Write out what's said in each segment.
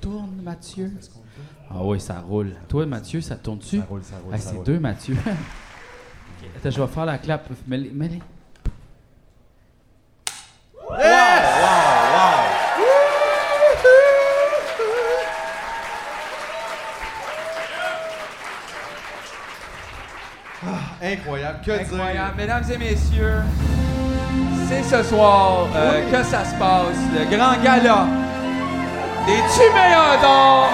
tourne, Mathieu? Est-ce qu'on tourne? Ah oui, ça roule. Toi, Mathieu, ça tourne-tu? Ça roule, ça roule, Ah, ça c'est roule. 2, Mathieu. Okay. Attends, je vais faire la clap. Mets-les. Incroyable, que Incroyable. dire? Mesdames et messieurs, c'est ce soir que ça se passe, le grand gala des Tuméas d'or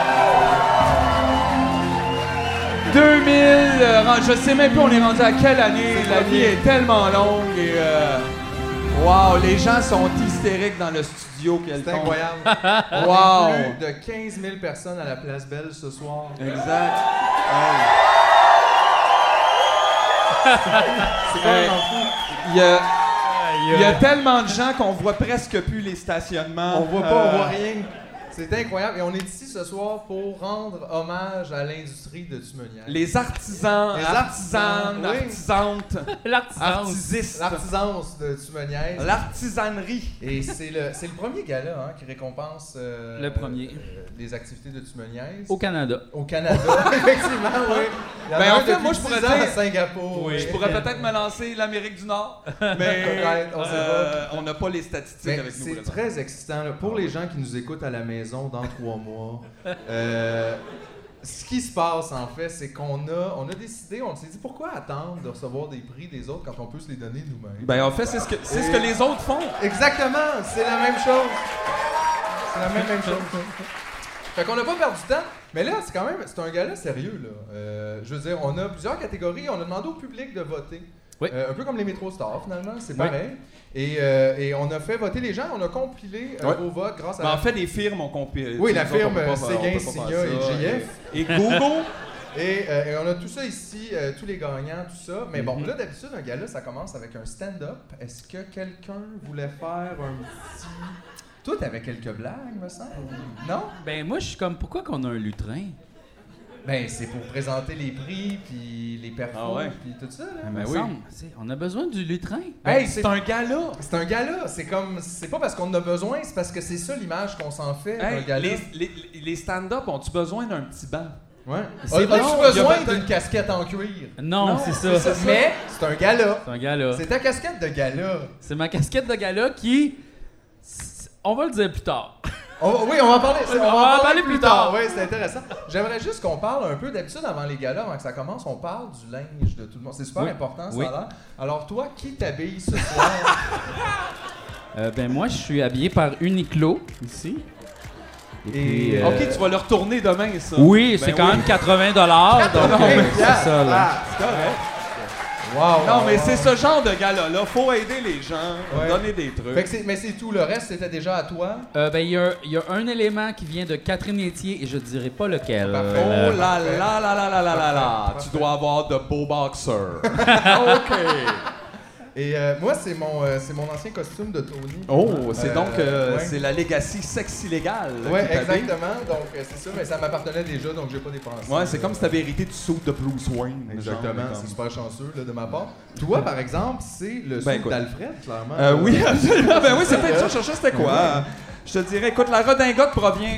2000, je sais même plus on est rendu à quelle année, la vie est tellement longue et wow, les gens sont hystériques dans le studio. C'est incroyable. On Wow. est plus de 15 000 personnes à la Place Belle ce soir. Exact. C'est quand même fou. Il y a tellement de gens qu'on voit presque plus les stationnements. On voit pas, on voit rien. C'est incroyable. Et on est ici ce soir pour rendre hommage à l'industrie de Tumoniac. Les artisans, Les artisanes, oui. artisantes, artisistes, L'artisance de Tumoniac. l'artisanerie. Et c'est le premier gala qui récompense Le premier. Les activités de Tumoniac. Au Canada. Au Canada, effectivement, oui. Il y en a Ben, un en fait, depuis moi, je pourrais 10 ans à dire- Singapour. Je pourrais peut-être me lancer l'Amérique du Nord, mais Peut-être, on sait pas. on n'a pas les statistiques Mais avec nous. c'est vraiment. très excitant. Là. Pour les gens qui nous écoutent à la maison dans 3 mois, ce qui se passe, en fait, c'est qu'on a décidé, on s'est dit, pourquoi attendre de recevoir des prix des autres quand on peut se les donner nous-mêmes? Ben, en fait, c'est ce que les autres font. Exactement! C'est la même chose! C'est la même chose. Fait qu'on n'a pas perdu de temps, mais là, c'est un gala sérieux, là. Je veux dire, on a plusieurs catégories, on a demandé au public de voter. Oui. Un peu comme les Métro Stars, finalement, c'est Oui. pareil. Et on a fait voter les gens, on a compilé vos votes grâce à... Ben, en fait, les firmes ont compilé. Oui, la Nous autres, firme on peut pas faire- Séguin, on peut pas Signa faire et ça. GF. Et Google. Et on a tout ça ici, tous les gagnants, tout ça. Mais bon, là, d'habitude, un gala, ça commence avec un stand-up. Est-ce que quelqu'un voulait faire un petit... Toi, t'avais quelques blagues, me semble? Non? Ben moi, je suis comme, pourquoi qu'on a un lutrin? Ben, c'est pour présenter les prix, puis les perfos, Ah ouais. puis tout ça, là. Ben Me oui. semble. On a besoin du lutrin. Hey, C'est un gala. C'est un gala, c'est pas parce qu'on en a besoin, c'est parce que c'est ça l'image qu'on s'en fait, un Hey, gala. les stand-up, ont-tu besoin d'un petit banc? Ouais. C'est As-tu vrai. besoin Il y a d'une casquette en cuir? Non, c'est ça. Mais c'est un gala. C'est un gala. C'est ta casquette de gala. C'est ma casquette de gala qui... On va le dire plus tard. Oui, on va en parler. On va en parler plus tard. Oui, c'est intéressant. J'aimerais juste qu'on parle un peu. D'habitude, avant les galas, avant que ça commence, on parle du linge de tout le monde. C'est super Oui. important, ça Oui. a l'air. Alors, toi, qui t'habille ce soir? Ben moi, je suis habillé par Uniqlo, ici. Et puis, Ok, tu vas le retourner demain, ça. Oui, Ben c'est quand oui. même 80 donc c'est ça, là. Ah, c'est correct. Wow. Non, mais c'est ce genre de gala-là. Faut aider les gens, Ouais. donner des trucs. Fait que mais c'est tout. Le reste, c'était déjà à toi. Ben, il y a un élément qui vient de Catherine Etier et je dirais pas lequel. Parfait. Oh là Parfait. là là là là là là là. Parfait. Tu dois avoir de beaux boxers. OK. Et moi, c'est mon ancien costume de Tony. Oh, c'est donc ouais. c'est la legacy sexe illégale. Ouais, qui t'habille. exactement. Donc, c'est ça, mais ça m'appartenait déjà, donc j'ai pas dépensé. Ouais, c'est comme si t'avais hérité du saut de Bruce Wayne. Exactement, genre, c'est comme- super chanceux là, de ma part. Toi, par exemple, c'est le soupe écoute. d'Alfred, clairement. Oui, absolument. Ben oui, c'est peut-être ça. Je cherchais c'était quoi. Je te dirais, écoute, la redingote provient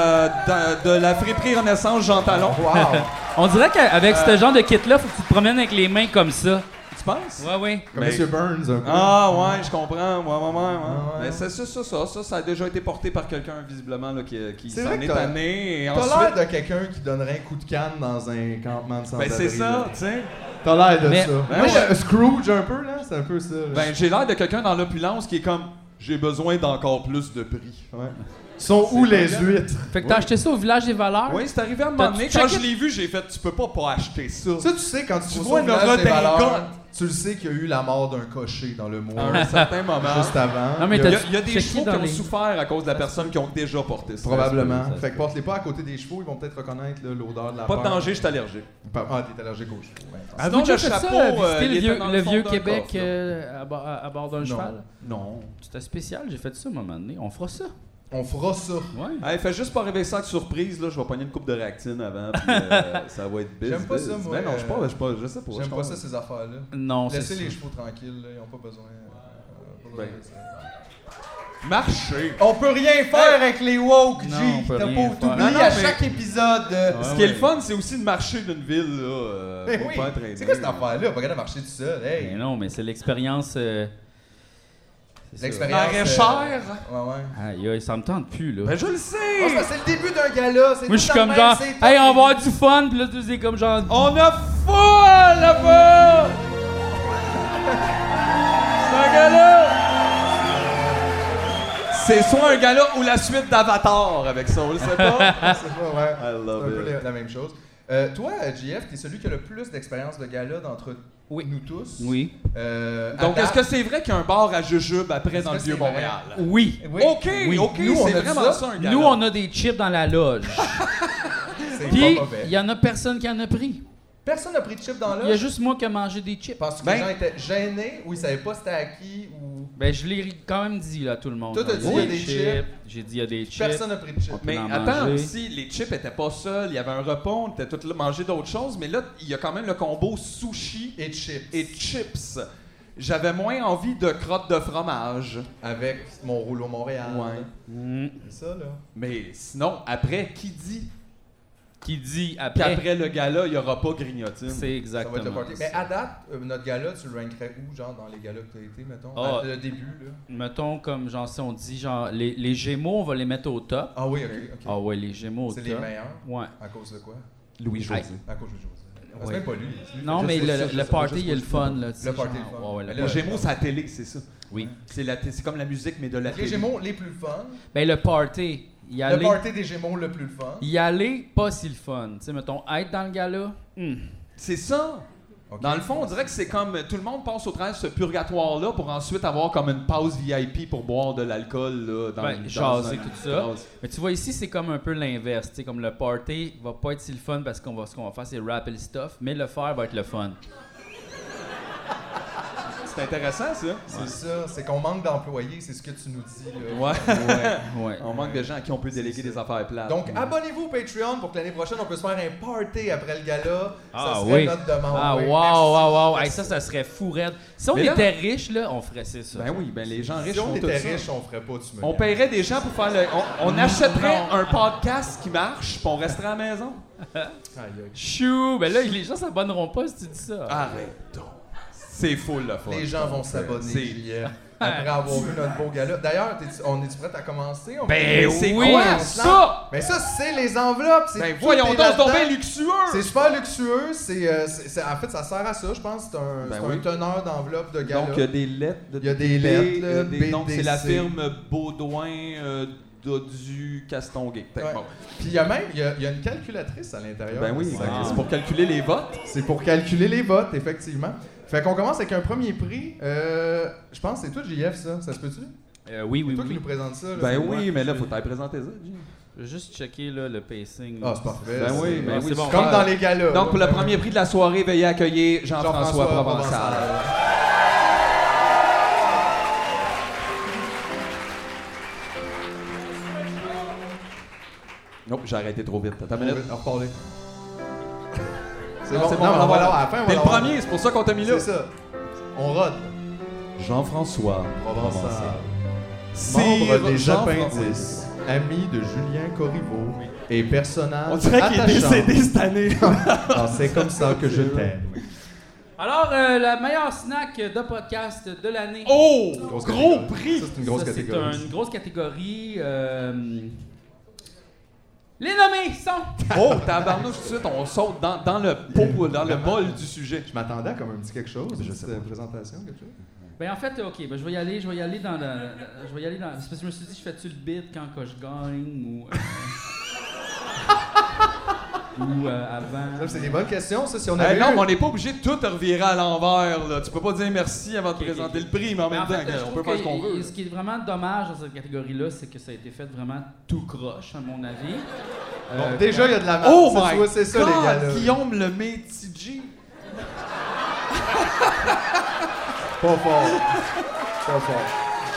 de la friperie Renaissance Jean Talon. Wow! On dirait qu'avec ce genre de kit-là, faut que tu te promènes avec les mains comme ça. Tu penses? Ouais, oui. Comme Mais- M. Burns, un peu. Ah ouais, je comprends. Ouais. ouais. Mais c'est ça a déjà été porté par quelqu'un visiblement là, qui C'est s'en vrai que est t'as- tanné. Et T'as ensuite, l'air de quelqu'un qui donnerait un coup de canne dans un campement de sans-abri. ben c'est ça, là. tu sais. T'as l'air de Mais- ça. Ben Moi, ouais. Scrooge un peu, là, c'est un peu ça. là. Ben j'ai l'air de quelqu'un dans l'opulence qui est comme j'ai besoin d'encore plus de prix. Ouais. Sont où les huîtres? Fait que t'as acheté ça au village des valeurs? Oui, c'est arrivé à un moment donné. T'as-tu Quand checké- je l'ai vu, j'ai fait tu peux pas acheter ça. Ça, tu sais, quand tu Tu vas vois au une village des redingote. valeurs, tu le sais qu'il y a eu la mort d'un cocher dans le mois. À un certain moment. Juste avant. Non, mais Il y a- t'as- Il y a des checké chevaux qui dans ont les- souffert à cause de la personne qui ont déjà porté ça. Probablement. Ça se Fait que peut. porte-les pas à côté des chevaux, ils vont peut-être reconnaître là, l'odeur de la Pas de peur. danger, je suis allergique. Ah, t'es allergique aux chevaux. Ouais, attends. Sinon, Avez-vous le déjà fait chapeau, ça, visiter il le était vieux, dans le le fond vieux d'un Québec coffre, là. à bord d'un Non. cheval? Non. C'était spécial, j'ai fait ça à un moment donné. On fera ça. On fera ça. Ouais. Hey, fais juste pas rêver ça de surprise, là, je vais pogner une coupe de réactine avant, puis ça va être biz. J'aime pas biz. ça, moi, Ben non, je sais pas, je sais pas. J'aime je pas comprends. ça, ces affaires-là. Non, c'est Laissez ça. les chevaux tranquilles, là, ils ont pas besoin. Pas besoin Ben. de ça. Marcher. On peut rien faire avec les woke, G. Non, on peut T'as rien pas faire. oublié Non, non, à mais- chaque épisode. Ce qui est le fun, c'est aussi de marcher d'une ville, là. Ben pour oui. pas entraîner. C'est quoi cette affaire-là? Pas capable de marcher tout seul. Hey. Mais non, mais c'est l'expérience. C'est ça. L'expérience. Maraîchère. Ouais, ouais. Aïe, aïe, ça me tente plus, là. Ben, je le Oh, sais! c'est le début d'un gala. C'est Moi, tout je suis le comme même, genre, c'est tout. hey, on va avoir du fun, pis là, tu sais, comme genre. On a foule là-bas! C'est un gala! C'est soit un gala ou la suite d'Avatar avec ça, on le sait pas? C'est pas, ouais. I C'est un love peu it. la même chose. Toi, JF, t'es celui qui a le plus d'expérience de gala d'entre nous tous. Oui. Donc, à est-ce que c'est vrai qu'il y a un bar à jujube après dans le que c'est Vieux-Montréal? Oui. Oui. OK, Oui. OK, Nous, on c'est a vraiment ça. ça un gala. Nous, on a des chips dans la loge. C'est Puis, pas mauvais. il y en a personne qui en a pris. Personne n'a pris de chip dans Il y a l'âge. juste moi qui ai mangé des chips. Penses-tu que Ben- les gens étaient gênés ou ils savaient pas c'était à qui ou. Ben, je l'ai quand même dit, là, à tout le monde. Toi, t'as Genre, dit, il y a des chips. J'ai dit, il y a des chips. Personne n'a pris de chip. Mais en attends, manger. aussi, les chips étaient pas seuls. Il y avait un repas, on était tous là manger d'autres choses. Mais là, il y a quand même le combo sushi Et chips. et chips. J'avais moins envie de crottes de fromage. Avec mon rouleau Montréal. Ouais. Mm. C'est ça, là. Mais sinon, après, qui dit Qui dit après. qu'après le gala, il n'y aura pas grignotine? C'est Ça va exactement. être le party. Mais ça. à date, notre gala, tu le rankerais où, genre, dans les galas que t'as été, mettons? Ah. À le début, là. Mettons, comme genre, si on dit, genre, les Gémeaux, on va les mettre au top. Ah oui, ok. Ah ouais, les Gémeaux au C'est top. les meilleurs. Ouais. À cause de quoi? Louis-José. À cause de José. C'est Ouais. même pas lui. c'est lui. Non, Je mais sais, le je sais, party, je il est le sais. fun, là. tu sais, Le party, genre, le fun. ouais, ouais, Mais le Les là, Gémeaux, c'est à la télé, c'est ça. Oui. C'est comme la musique, mais de la Les télé. Gémeaux les plus fun. Ben, le party. Y Le aller, party des Gémeaux le plus fun. y aller, pas si le fun. Tu sais, mettons, être dans le gala. C'est ça. Ok. Dans le fond, on dirait que c'est comme tout le monde passe au travers de ce purgatoire-là pour ensuite avoir comme une pause VIP pour boire de l'alcool là, Ben, jaser, tout ça. Mais tu vois, ici, c'est comme un peu l'inverse. Tu sais, comme le party va pas être si le fun parce ce qu'on va faire, c'est rapper le stuff, mais le faire va être le fun. C'est intéressant, ça. C'est ça, c'est qu'on manque d'employés, c'est ce que tu nous dis, là. Ouais. Ouais. On manque de gens à qui on peut déléguer des affaires plates. Donc, abonnez-vous au Patreon pour que l'année prochaine, on puisse faire un party après le gala. Ah, ça serait oui. notre demande. Ah, oui. wow, Merci. wow, wow. Hey, Merci. ça serait fou, raide. Si on Mais là- était riches, là, on ferait ça. Ben oui, ben les gens riches Si on font tout était ça. riches, on ferait pas, tu me On niaises. paierait des gens pour faire le. On achèterait Non. un podcast qui marche, puis on resterait à la maison. Aïe, aïe. Chou! Ben là, les gens s'abonneront pas si tu dis ça. Arrête donc. C'est full le fun. Les gens vont s'abonner, C'est- JF, après avoir vu notre beau gala. D'ailleurs, on est-tu prêt à commencer? On Ben va- c'est oui, quoi ça? ça? Ben ça, c'est les enveloppes. c'est Ben tout voyons est donc, c'est donc là-dedans. bien luxueux! C'est super luxueux. En fait, ça sert à ça, je pense. C'est un, Ben c'est oui. un teneur d'enveloppe de gala. Donc, il y a des lettres de Il y a des lettres, là, Donc, c'est la BDC. firme Baudouin Dodu Castonguay. Fait que Ouais. bon. Puis il y a même il y a une calculatrice à l'intérieur. Ben oui, Ça, ben, Wow. c'est pour calculer les votes. C'est pour calculer les votes, effectivement. Fait qu'on commence avec un premier prix. Je pense que c'est toi, JF, ça. Ça se peut-tu? Oui, C'est oui, toi qui oui. nous présente ça. Là, Ben c'est oui, moi. mais là, faut t'aller présenter ça, Jim. Je vais juste checker là, le pacing. Ah, c'est parfait. Ben oui, c'est- ben c'est oui. bon. Comme dans les galas. Donc, pour le là. premier prix de la soirée, veuillez accueillir Jean-François Provençal. Non, j'ai arrêté trop vite. Attends une minute. On va reparler. C'est Non, bon, c'est non, bon, mais on va voilà. l'avoir à la fin. on va T'es le l'avoir. premier, c'est pour ça qu'on t'a mis là. C'est ça. On rôde. Jean-François Provençal. Sire Membre des Jean-François. Appendices. Ami de Julien Corriveau. Et personnage On dirait qu'il est attachant. décédé cette année. Ah, c'est comme ça que je t'aime. Alors, la meilleure snack de podcast de l'année. Oh! Grosse Gros catégorie. prix! Ça, c'est une grosse Ça, catégorie. C'est une grosse catégorie. Les nommés sont. Oh, tabarnouche, tout de suite, on saute dans le pot, dans le bol du sujet. Je m'attendais à comme un petit quelque chose. Je Une sais petite pas. présentation, quelque chose. Ben en fait, ok, ben je vais y aller dans je vais y aller dans. C'est parce que je me suis dit, je fais-tu le bid quand que je gagne ou avant. Ça, c'est des bonnes questions, ça. Si on Hey, avait non, eu- mais on n'est pas obligé de tout revirer à l'envers. Là. Tu peux pas dire merci avant de Ok, présenter ok. le prix, mais en Mais même en temps, fait, je on trouve peut faire ce qu'on que veut. ce qui est vraiment dommage dans cette catégorie-là, c'est que ça a été fait vraiment tout croche, à mon avis. Bon, déjà, il y a de la marque. Oh ça, my tu vois, c'est ça, les gars. God! Guillaume le Métis. Pas fort. Pas fort.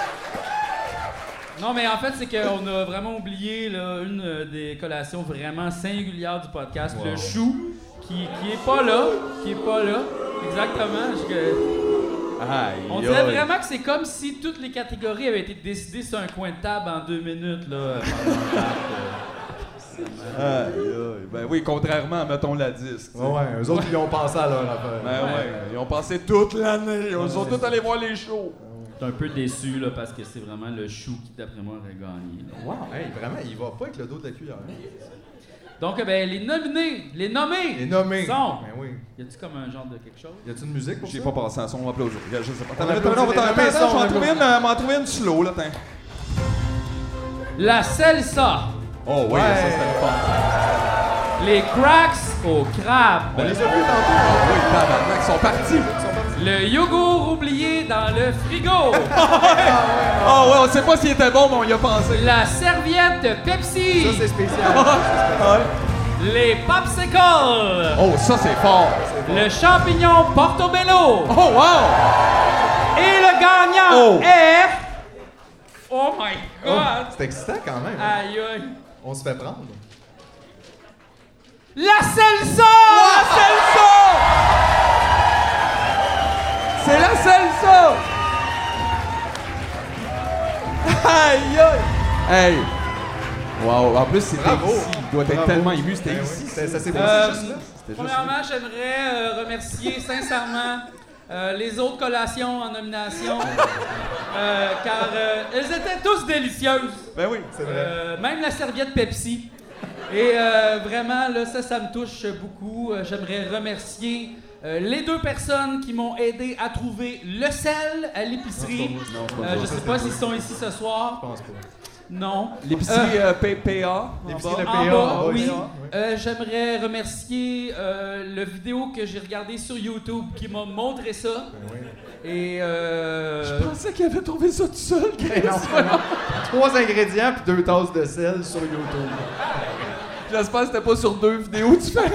Non, mais en fait, c'est qu'on a vraiment oublié là, une des collations vraiment singulières du podcast, Wow. le chou, qui est pas là. Exactement. On dirait vraiment que c'est comme si toutes les catégories avaient été décidées sur un coin de table en 2 minutes, là, Ben oui, contrairement à Mettons la disque. Ouais, eux autres, ils ont pensé à leur affaire. Ben ouais, ils ont passé toute l'année. Ils sont tous allés voir les shows. Je suis un peu déçu, là, parce que c'est vraiment le chou qui, d'après moi, aurait gagné. Là. Wow, hey, vraiment, il va pas avec le dos de la cuillère. Donc, ben, les nommés sont... Ben oui. Y a-tu comme un genre de quelque chose? Y a-tu une musique pour ça? J'ai pas passé un son, on va applaudir. Je sais pas. On applaudit les nommés, Je vais m'en trouver une slow, là, tiens. La Salsa. Oh oui, ça c'était le fun. Les Cracks au crabe. On les a vus tantôt. Oui, tabarnak, ils sont partis. Le yogourt oublié dans le frigo. Ah ouais, on sait pas s'il était bon, mais on y a pensé. La serviette Pepsi. Ça, c'est spécial. Les popsicles. Oh, ça c'est fort. Le champignon Portobello. Oh wow! Et le gagnant est... Oh my Oh, God! c'est excitant quand même. Aïe aïe! On se fait prendre. La Salsa! La Salsa! C'est la Salsa! Aïe aïe! Hey! Wow, en plus c'était Bravo. ici. Il doit être Bravo. tellement ému, c'était Ben ici. oui, ça s'est passé juste là. Premièrement, j'aimerais remercier sincèrement les autres collations en nomination, car elles étaient tous délicieuses. Ben oui. C'est vrai. Même la serviette Pepsi. Et vraiment, là, ça me touche beaucoup. J'aimerais remercier les 2 personnes qui m'ont aidé à trouver le sel à l'épicerie. Je sais pas s'ils sont ici ce soir. Je pense pas. Non. L'épicerie PA. L'épicerie en Le bas. En PA, bas, oui. oui. J'aimerais remercier le vidéo que j'ai regardé sur YouTube qui m'a montré ça. Oui. Et Je pensais qu'il avait trouvé ça tout seul. Ben non, non. 3 ingrédients puis 2 tasses de sel sur YouTube. J'espère que c'était pas sur 2 vidéos différentes.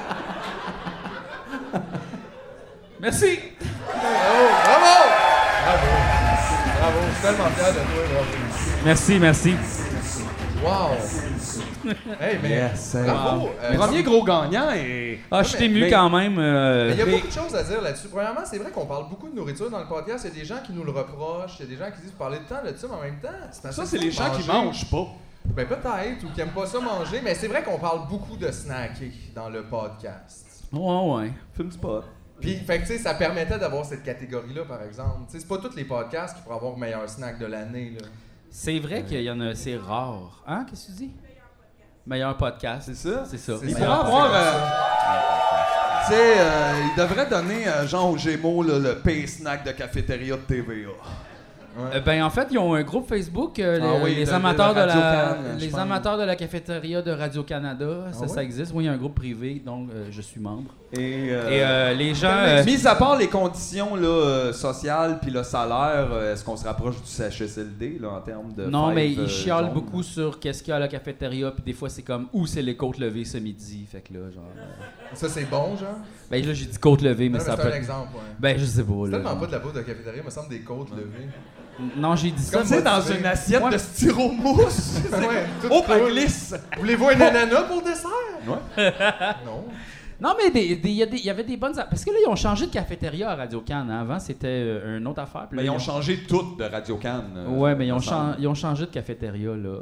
merci. Bravo! Bravo! Bravo! Je suis tellement fier de toi, bravo. Merci. Wow! Hey, mais Yes, bravo! Premier gros gagnant et... Ah, je t'ai ému quand même. Mais il y a beaucoup de choses à dire là-dessus. Premièrement, c'est vrai qu'on parle beaucoup de nourriture dans le podcast. Il y a des gens qui nous le reprochent. Il y a des gens qui disent vous parlez de temps de ça, mais en même temps, c'est parce Ça, que c'est les gens qui manger. mangent pas. Ben peut-être, ou qui aiment pas ça manger, mais c'est vrai qu'on parle beaucoup de snacker dans le podcast. Ouais. Fume du pot. Puis, fait que, tu sais, ça permettait d'avoir cette catégorie-là, par exemple. Tu sais, c'est pas tous les podcasts qui pourraient avoir le meilleur snack de l'année, là. C'est vrai qu'il y en a, c'est rare. Hein, qu'est-ce que tu dis? Meilleur podcast. C'est ça? C'est ça. C'est Il ça. pourrait avoir... tu sais, il devrait donner, genre, aux Gémeaux, là, le pay snack de cafétéria de TVA. Ben en fait, ils ont un groupe Facebook, oui, les de amateurs de Radio-Can, je les pense. amateurs de la cafétéria de Radio-Canada. Ça, ouais? ça existe. Oui, il y a un groupe privé, donc je suis membre. Et, Et les gens... mis à part les conditions là, sociales puis le salaire, est-ce qu'on se rapproche du CHSLD là, en termes de non, fêtes, mais ils chialent zones? beaucoup sur qu'est-ce qu'il y a à la cafétéria, puis des fois, c'est comme où c'est les côtes levées ce midi. Fait que là, genre... Ça, c'est bon, genre? Ben là, j'ai dit côtes levées, mais Non, ça c'est peut un être... exemple, ouais. Ben, je sais pas, C'est là. tellement pas de la bouffe de cafétéria, il me semble des côtes levées. Non, j'ai dit ça. Comme c'est dans motivé. une assiette Ouais. de styromousse. Ouais, tout Oh, elle coule. glisse. Voulez-vous un ananas pour dessert? Ouais. Non. Non, mais il y avait des bonnes... Parce que là, ils ont changé de cafétéria à Radio-Can. Hein. Avant, c'était une autre affaire. Puis là, Mais ils ont changé tout de Radio-Can. Ouais, mais ils ont ensemble. changé de cafétéria, là.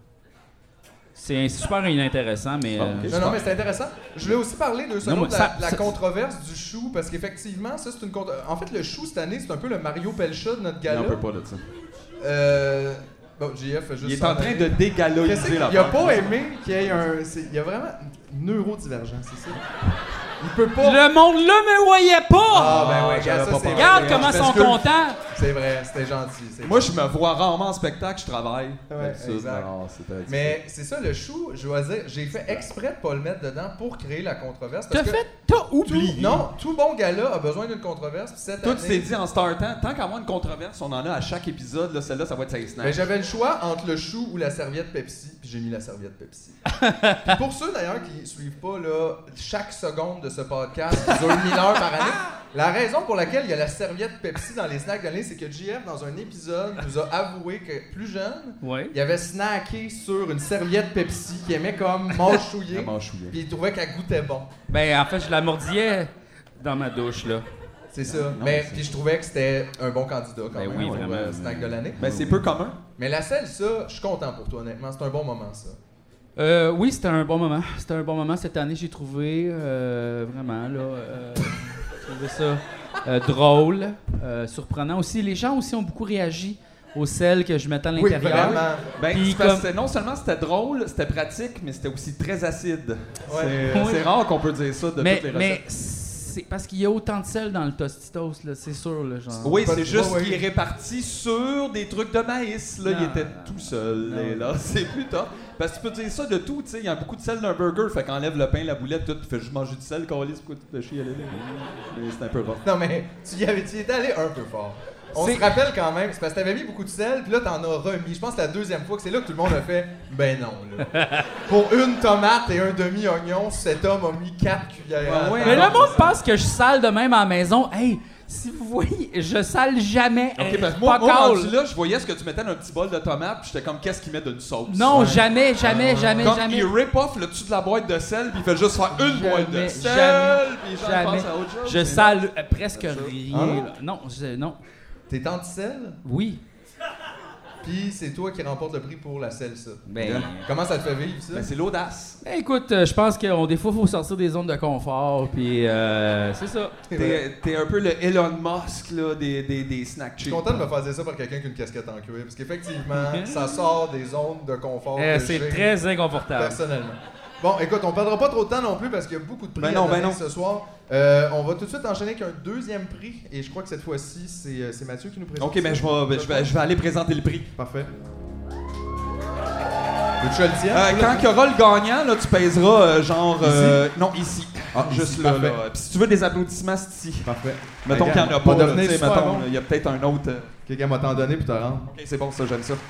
C'est super inintéressant, mais... Ok. Non, mais c'est intéressant. Je voulais aussi parler 2 secondes moi, de ça- la ça- controverse du chou, parce qu'effectivement, ça, c'est une En fait, le chou, cette année, c'est un peu le Mario Pelcha de notre Non, gala. on peut pas de ça. Bon, JF fait juste Il est s'en en train aller. de Qu'est-ce dégaloiser qu'il la a pas aimé qu'il y ait un... Il y a vraiment une neurodivergence, c'est ça? Il peut pas... Le monde là me voyait pas! Ah, ben ouais, j'avais regarde, pas ça, c'est pensé. Regarde vrai. comment Je ils sont m'excuse. contents! C'est vrai, c'était gentil. Moi, je me vois rarement en spectacle, je travaille. Ouais, Ça, exact. non, c'est très Mais c'est ça, le chou, je dois dire, j'ai fait exprès de pas le mettre dedans pour créer la controverse. T'as parce que t'as oublié! Non, tout bon gala a besoin d'une controverse. Puis cette Toi, année, tu t'es dit en startant, tant qu'à avoir une controverse, on en a à chaque épisode, là, celle-là, ça va être 16 snacks. ben, j'avais le choix entre le chou ou la serviette Pepsi, puis j'ai mis la serviette Pepsi. Puis pour ceux d'ailleurs qui suivent pas là, chaque seconde de ce podcast qui dure 1000 heures par année, la raison pour laquelle il y a la serviette Pepsi dans les snacks de l'année, c'est que JF, dans un épisode, nous a avoué que plus jeune, Ouais. il avait snacké sur une serviette Pepsi qu'il aimait comme mâchouiller, La mâchouiller. puis il trouvait qu'elle goûtait bon. Ben, en fait, je la mordillais dans ma douche, là. C'est ça. Non, Mais c'est- puis je trouvais que c'était un bon candidat quand Ben même oui, pour vraiment. snack de l'année. Ben, c'est peu commun. Mais la selle, ça, je suis content pour toi, honnêtement. C'est un bon moment, ça. Oui, c'était un bon moment. C'était un bon moment cette année, j'ai trouvé. Vraiment, là. J'ai trouvé ça drôle, surprenant aussi. Les gens aussi ont beaucoup réagi au sel que je mettais à Oui, l'intérieur. vraiment. Ben, Puis c'est parce comme- que non seulement c'était drôle, c'était pratique, mais c'était aussi très acide. Ouais. C'est Oui. c'est rare qu'on peut dire ça de mais, toutes les mais recettes. c'est parce qu'il y a autant de sel dans le Tostitos, là, c'est sûr. Là, genre. Oui, Pas c'est de- juste ouais, qu'il est ouais. réparti sur des trucs de maïs. Là, il Non, était non, tout seul. non. Et là, c'est plus top. Parce que tu peux dire ça de tout, tu sais. Il y a beaucoup de sel dans un burger. Fait qu'enlève le pain, la boulette, tout. Puis fais juste manger du sel, câlisse, pourquoi tu te fais chier à aller là? Mais c'est un peu rough. Non, mais tu y étais allé un peu fort. On C'est- se rappelle quand même, c'est parce que t'avais mis beaucoup de sel, puis là t'en as remis. Je pense que la deuxième fois que c'est là que tout le monde a fait ben non, là. Pour une tomate et un demi-oignon, cet homme a mis 4 cuillères. Ah ouais, Mais non, le monde pense que je sale de même à la maison. Hey, si vous voyez, je sale jamais. Ok, parce que Pas moi cool. rendu là, je voyais ce que tu mettais dans un petit bol de tomates, puis j'étais comme, qu'est-ce qu'il met d'une sauce? Non, Ouais. jamais, jamais, jamais, Comme jamais. il rip off le dessus de la boîte de sel, puis il fait juste faire une Jamais, boîte de sel, jamais, puis les gens jamais. pensent à autre chose. Je mais sale presque C'est ça. rien. Ah non? là. Non, non. T'es anti-sel, Oui. puis c'est toi qui remporte le prix pour la selle, ça. Ben- Comment ça te fait vivre, ça? Ben, c'est l'audace. Ben, écoute, je pense que des fois, il faut sortir des zones de confort, puis c'est ça. T'es un peu le Elon Musk là, des snack Je cheap. suis content de me faire dire ça par quelqu'un qui a une casquette en cuir, parce qu'effectivement, ça sort des zones de confort que C'est j'ai très inconfortable. personnellement. Bon, écoute, on perdra pas trop de temps non plus parce qu'il y a beaucoup de prix Ben à non, donner ben non. ce soir. On va tout de suite enchaîner avec un deuxième prix, et je crois que cette fois-ci, c'est Mathieu qui nous présente. Ok, ben ça. je vais aller présenter le prix. Parfait. Veux-tu que je le tienne? Quand il y aura le gagnant, là, tu pèseras genre... Ici? non, ici. Juste ici, là, parfait. là. Puis si tu veux des applaudissements, c'est ici. Parfait. Mettons qu'il n'y en a On pas, va là, devenir tu sais, super mettons, bon. il y a peut-être un autre... Quelqu'un m'a t'en donné puis te rendre. Ok, c'est bon, ça, j'aime ça.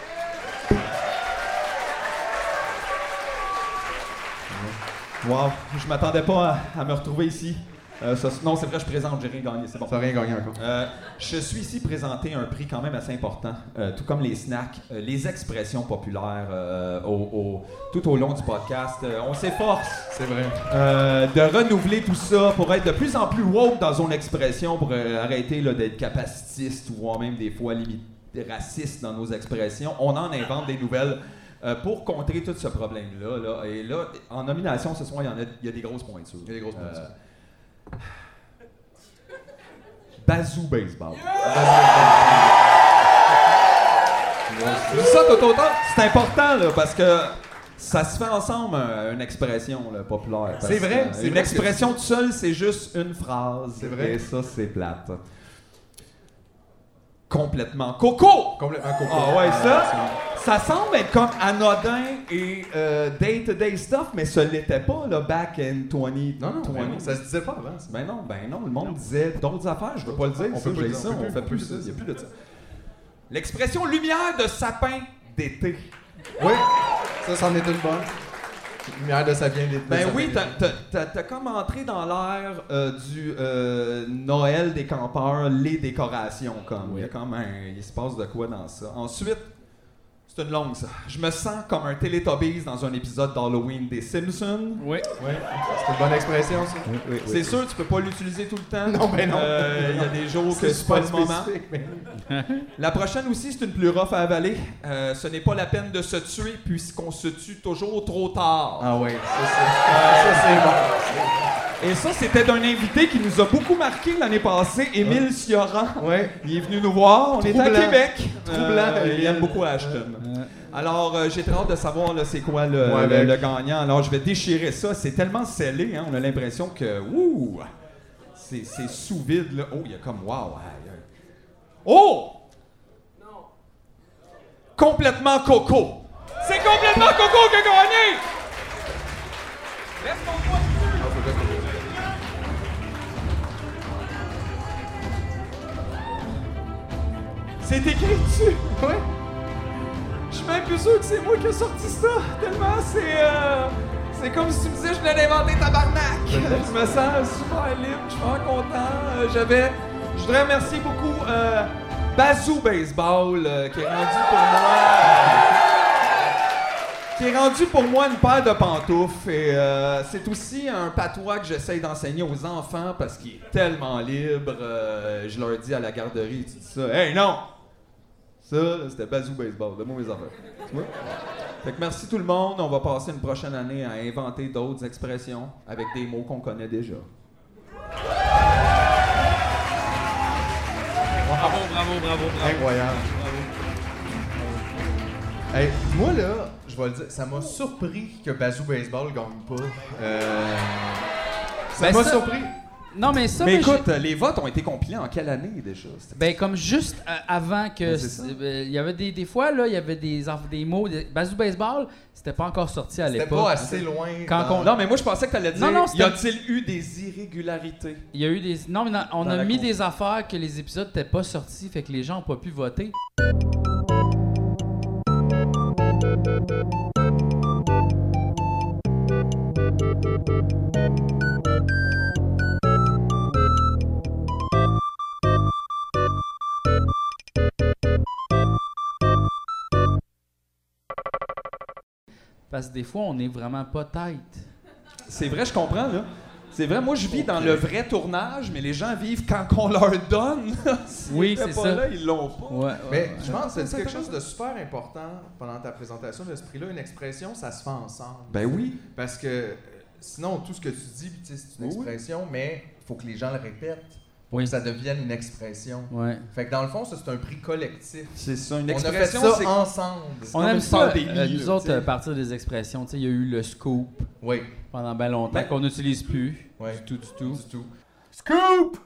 Wow, je m'attendais pas à me retrouver ici. Non, c'est vrai, je présente, j'ai rien gagné, c'est bon. Ça n'a rien gagné encore. Je suis ici présenter un prix quand même assez important, tout comme les snacks, les expressions populaires tout au long du podcast. On s'efforce C'est vrai. de renouveler tout ça pour être de plus en plus woke dans son expression, pour arrêter là, d'être capacitiste ou voire même des fois limite raciste dans nos expressions. On en invente des nouvelles. Pour contrer tout ce problème-là, là. Et là, en nomination ce soir, il y a des grosses pointures. Il y a des grosses pointures. Bazou Baseball. Je dis ça tout autant, c'est important là, parce que ça se fait ensemble une expression là, populaire. Parce C'est vrai, que, c'est une vrai expression toute seule, c'est juste une phrase. C'est vrai. Et ça, c'est plate. Complètement coco! Complètement coco. Ah ouais, ça semble être comme anodin et day-to-day stuff, mais ça l'était pas, là, back in 2020. Non, ben non, ça se disait pas avant. ça. Ben non, le monde disait d'autres affaires, je veux pas le dire, On ça, peut pas j'ai le dire, ça, on peut on fait plus plus ça, ça. il y a plus de ça. L'expression lumière de sapin d'été. Oui, ça, c'en est une bonne. Lumière de ça vient vite. Ben oui, t'as comme entré dans l'ère du Noël des campeurs, les décorations, comme. Il y a comme il se passe de quoi dans ça. Ensuite, c'est une longue, ça. Je me sens comme un Teletubbies dans un épisode d'Halloween des Simpsons. Oui. Oui, c'est une bonne expression, ça. C'est sûr, tu peux pas l'utiliser tout le temps. Non, ben non. Il y a des jours que c'est pas le moment. spécifique, mais- La prochaine aussi, c'est une plus rough à avaler. Ce n'est pas la peine de se tuer puisqu'on se tue toujours trop tard. Ah oui, ça c'est bon. Et ça, c'était d'un invité qui nous a beaucoup marqué l'année passée, Émile Sioran. Ouais. Il est venu nous voir. On est à Troublant. Québec. Troublant, Il Émile. aime beaucoup Ashton. Alors, j'ai très hâte de savoir là, c'est quoi Ouais, le gagnant. Alors, je vais déchirer ça. C'est tellement scellé, hein, on a l'impression que... Ouh! C'est sous vide, là. Oh, il y a comme... Wow! Aïe, aïe. Oh! Non. Complètement Coco. C'est complètement Coco qui a gagné! Laisse ton poids dessus. C'est écrit dessus! Ouais. Je suis même plus sûr que c'est moi qui ai sorti ça, tellement c'est comme si tu me disais que je venais d'inventer tabarnak. Je me sens super libre, je suis vraiment content. Je voudrais remercier beaucoup Bazou Baseball qui est rendu pour moi qui est rendu pour moi une paire de pantoufles. Et c'est aussi un patois que j'essaye d'enseigner aux enfants parce qu'il est tellement libre. Je leur dis à la garderie, tu dis ça. Hey, non! Ça, là, c'était Bazou Baseball, de mauvais affaires. Tu vois? Fait que merci tout le monde. On va passer une prochaine année à inventer d'autres expressions avec des mots qu'on connaît déjà. Bravo. Incroyable. Hey, moi, là, je vais le dire, ça m'a surpris que Bazou Baseball gagne pas. Ça m'a surpris. Non, mais ça... Mais écoute, les votes ont été compilés en quelle année déjà? Ben, comme juste avant que... Ben, c'est ça. Il y avait des fois, là, il y avait des mots... Bazou Baseball, c'était pas encore sorti à l'époque. C'était pas assez loin. Non, mais moi, je pensais que t'allais dire... Non, y a-t-il eu des irrégularités? Il y a eu des... Non, mais on Dans a la mis cour. des affaires que les épisodes n'étaient pas sortis, fait que les gens n'ont pas pu voter. Parce que des fois, on n'est vraiment pas tête. C'est vrai, je comprends, là. C'est vrai, moi, je vis dans le vrai tournage, mais les gens vivent quand on leur donne. Oui, S'ils c'est étaient pas ça. là, ils l'ont pas. Ouais. Mais je pense que c'est quelque chose de super important pendant ta présentation de ce prix-là. Une expression, ça se fait ensemble. Ben oui. Parce que sinon, tout ce que tu dis, tu sais, c'est une Oui. expression, mais il faut que les gens le répètent pour Oui. que ça devienne une expression. Ouais. Fait que dans le fond, ça, c'est un prix collectif. C'est ça, une On a fait expression, ça c'est... ensemble. On comme aime une ça, pandémie, nous là, autres, tu sais. partir des expressions. Tu sais, il y a eu le scoop Oui, pendant bien longtemps Ben- qu'on n'utilise plus. oui. Du tout. Du tout. Scoop!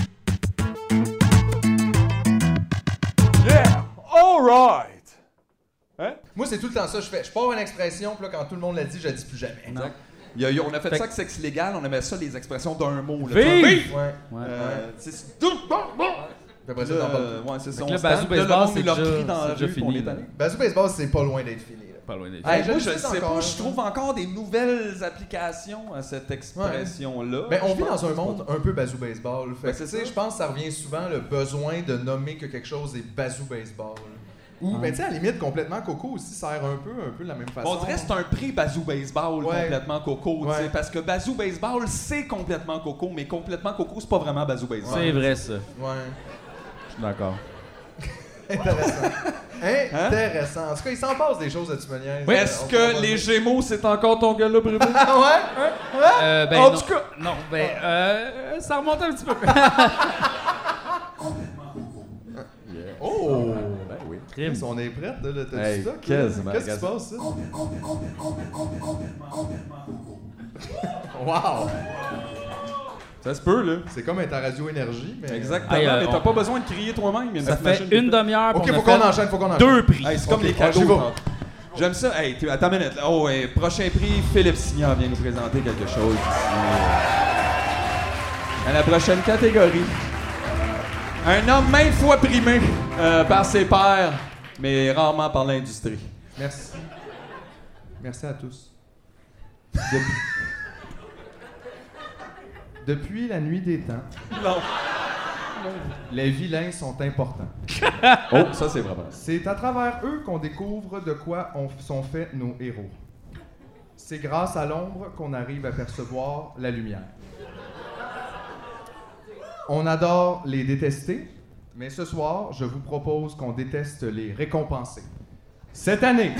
Yeah! All right! Hein? Moi, c'est tout le temps ça. Je pars une expression, puis là, quand tout le monde l'a dit, je la dis plus jamais. Exact. On a fait ça avec sexe légal, on aimait ça, les expressions d'un mot. Là. Vive! Ouais. Ouais. C'est... Puis après ça, t'en parles plus. ouais, c'est ça. Fait que On là, se Bazou tente, là, le Baseball, monde c'est nous l'a déjà- pris dans c'est la déjà rue, puis on fini, est là. allé. Bazou Baseball, c'est pas loin d'être fini. Là. Pas loin d'être. Hey, Je moi, le je sais sais encore, pas, je hein. trouve encore des nouvelles applications à cette expression-là. Mais on Je vit pense dans un que c'est monde un peu Bazou Baseball. Fait Ben, que, c'est tu sais, ça. je pense que ça revient souvent le besoin de nommer que quelque chose est Bazou Baseball. Ou, ben, tu sais, à la limite, complètement Coco aussi sert un peu de la même façon. On dirait que c'est un prix Bazou Baseball Ouais. complètement Coco, tu sais, Ouais. parce que Bazou Baseball, c'est complètement Coco, mais complètement Coco, c'est pas vraiment Bazou Baseball. C'est vrai, ça. Ouais. Je suis d'accord. Intéressant. Intéressant. En tout cas, il s'en passe des choses de toute manière. Oui. Est-ce que les Gémeaux, c'est encore ton gars-là, Bruno? Ah ouais? Ben, En non. tout cas- Non, ben, ça remonte un petit peu. Oh! Ben oui. Crime. On est prêts, là? T'as Hey, du stock? quasiment, Qu'est-ce qui se regarde. passe, ça? Wow! Ça se peut, là. C'est comme être à Radio Énergie, mais... Exactement, Hey, mais t'as on- pas besoin de crier toi-même. Il y a une Ça petite fait machine qui une fait. demi-heure OK, qu'on faut a qu'on fait enchaîne, faut qu'on enchaîne. 2 prix. Hey, c'est comme Ok, les on cadeaux. y va. tantôt. J'aime ça. Hey, attends une minute. Oh, ouais, prochain prix, Philippe Signan vient nous présenter quelque chose ici. À la prochaine catégorie. Un homme maintes fois primé par ses pairs, mais rarement par l'industrie. Merci. Merci à tous. Depuis la nuit des temps, Non. les vilains sont importants. Oh, ça, c'est vraiment. C'est à travers eux qu'on découvre de quoi sont faits nos héros. C'est grâce à l'ombre qu'on arrive à percevoir la lumière. On adore les détester, mais ce soir, je vous propose qu'on déteste les récompenser. Cette année,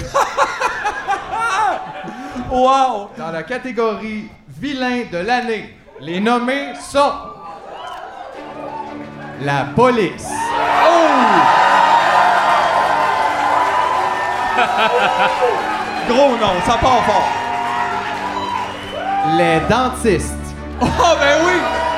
Wow! dans la catégorie vilain de l'année, les nommés sont la police, Gros non, ça part fort. les dentistes, Oh, ben oui!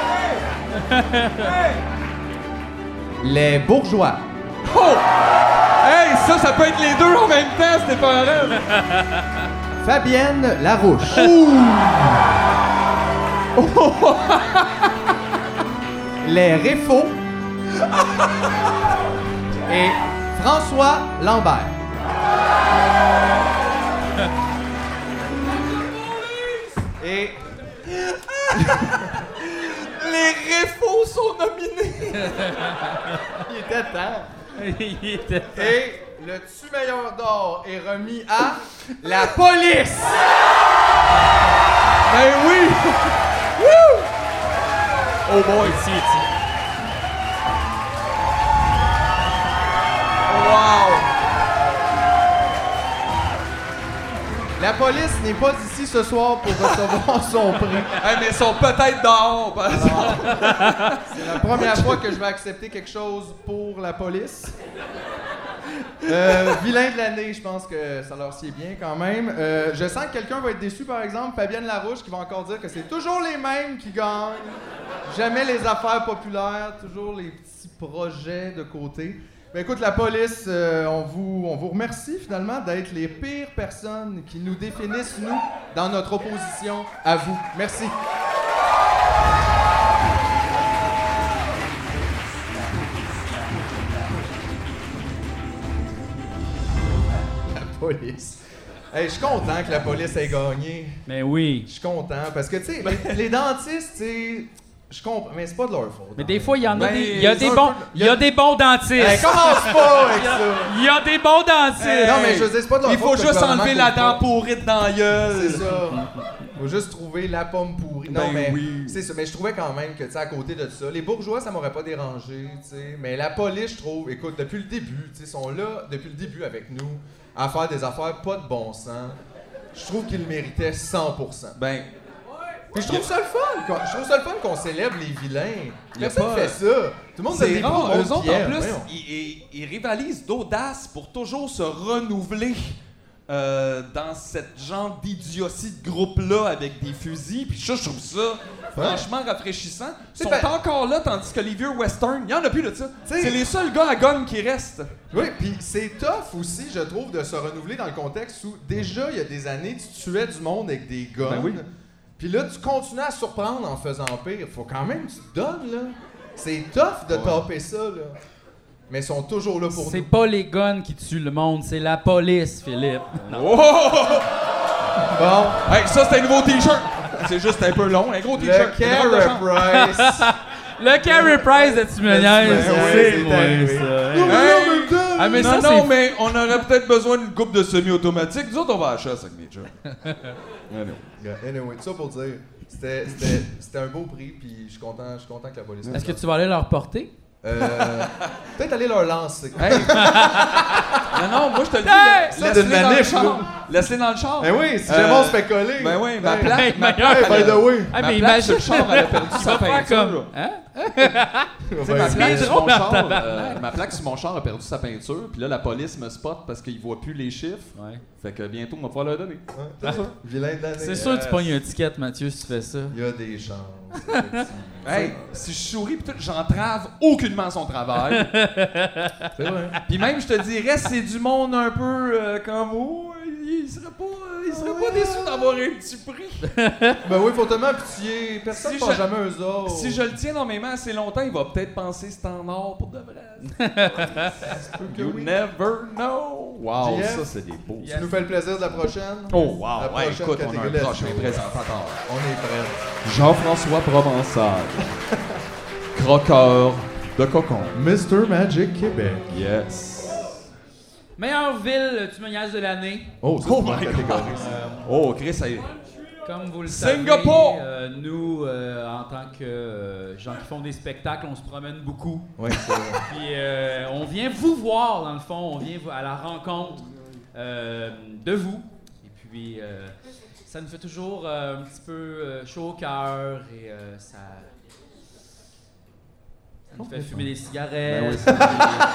les bourgeois, Oh! Hey, ça peut être les deux en même temps, c'était pas vrai. Fabienne Larouche. Les Réfaux et François Lambert. Et Les réfaux sont nominés. il était temps. Il était- Et le Tu-Meilleur d'or est remis à la police! Ben oui! Woo! Oh boy! Ici. Wow! La police n'est pas ici ce soir pour recevoir son prix. Hey, mais ils sont peut-être dehors, par exemple. C'est la première fois que je vais accepter quelque chose pour la police. Vilain de l'année, je pense que ça leur sied bien quand même. Je sens que quelqu'un va être déçu, par exemple. Fabienne Larouche qui va encore dire que c'est toujours les mêmes qui gagnent. Jamais les affaires populaires, toujours les petits projets de côté. Ben écoute, la police, on vous remercie finalement d'être les pires personnes qui nous définissent, nous, dans notre opposition à vous. Merci. Police. Hey, je suis content que la police ait gagné. Mais oui. Je suis content parce que, tu sais, les dentistes, tu sais, je comprends, mais c'est pas de leur faute. Mais des fois, il y en a Ben, des. Il y a des un bons. peu- Il y a des bons dentistes. Hey, commence pas avec ça. Il y a des bons dentistes. Non, mais je veux dire, c'est pas de leur Il faute. faut que juste le gouvernement enlever la coupe pas. dent pourrite dans la gueule. C'est ça. Faut juste trouver la pomme pourrie. Non, Ben mais oui. c'est ça. Mais je trouvais quand même que, tu sais, à côté de ça, les bourgeois, ça m'aurait pas dérangé, tu sais. Mais la police, je trouve, écoute, depuis le début, tu sais, sont là depuis le début avec nous à faire des affaires pas de bon sens. Je trouve qu'ils le méritaient 100%. Ben, Puis je trouve ça le fun. Je trouve ça le fun qu'on célèbre les vilains. Y a Personne pas- fait ça. Tout le monde donne c'est des rare. prix au monde Eux autres, qui en aiment. plus, Voyons. ils rivalisent d'audace pour toujours se renouveler dans cette genre d'idiotie de groupe-là avec des fusils. Puis ça, je trouve ça franchement rafraîchissant. Ils C'est sont pas- encore là, tandis que les vieux westerns, il y en a plus de ça. T'sais- C'est les seuls gars à gun qui restent. Oui, puis c'est tough aussi, je trouve, de se renouveler dans le contexte où déjà, il y a des années, tu tuais du monde avec des guns. Ben oui. Puis là, tu continues à surprendre en faisant pire. Faut quand même que tu te donnes, là. C'est tough de taper ça, là. Mais ils sont toujours là pour C'est nous. pas les guns qui tuent le monde, c'est la police, Philippe. Oh! Bon, Hey, ça, c'est un nouveau T-shirt. C'est juste un peu long, un gros T-shirt. le Une robe de Carey chambre. Price. Le Carey Price de Tumeniaise, Ouais, c'est c'est moi arrivé. ça. Hey! Ah, mais ça, non, c'est... mais on aurait peut-être besoin d'une coupe de semi-automatique. Nous autres, on va à la chasse avec Nature. Anyway, tout ça pour dire, c'était un beau prix, puis je suis content que la police... Est-ce que tu vas aller leur porter? Peut-être aller leur lancer. Hey! non, moi, je te le dis, Hey! laisse-les d'une dans le manif, char. là. Laisse-les dans le char. Ben oui, si jamais on se fait coller. Ben oui, ma Hey. plaque, Hey, ma meilleur. plaque, Hey, by the way. Ah, ma mais plaque sur imagine... le char, elle a perdu Il sa va faire peinture. comme... Hein? Tu sais, ma Ouais, plaque c'est sur drôle mon dans char, tabarnak. ma plaque sur mon char a perdu sa peinture, puis là, la police me spot parce qu'ils voient plus les chiffres. Ouais. Fait que bientôt, on va pouvoir leur donner. Ouais, c'est ça. Vilain de l'année. C'est sûr que tu pognes un ticket, Mathieu, si tu fais ça. Il y a des chances. effectivement. Hey, si je souris, pis tout, j'entrave aucunement son travail. C'est vrai. Puis même, je te dirais, c'est du monde un peu comme oh, il serait pas déçu d'avoir un petit prix. Ben oui, faut tellement pitié. Personne ne Si pense je- jamais eux autres. Si je le tiens dans mes mains assez longtemps, il va peut-être penser que c'est en or pour de vrai. que You oui. never know. Wow, JF, ça c'est des beaux. Tu nous fais le plaisir de la prochaine. Oh wow, La ouais, prochaine écoute, on a catégorie, un let's prochain go. présentateur. On est prêts. Jean-François Provençal. Croqueur de cocon. Mr. Magic Québec. Yes. Meilleure ville Tumeniaise de l'année. Oh, c'est Oh une bonne my catégorie, God. ça. Oh, Chris, ça y est. Comme vous le Singapour! savez, nous, en tant que gens qui font des spectacles, on se promène beaucoup. Oui, c'est vrai. Puis on vient vous voir, dans le fond. On vient à la rencontre de vous. Et puis, ça nous fait toujours un petit peu chaud au cœur et ça nous fait fumer des cigarettes. Ben oui, C'est,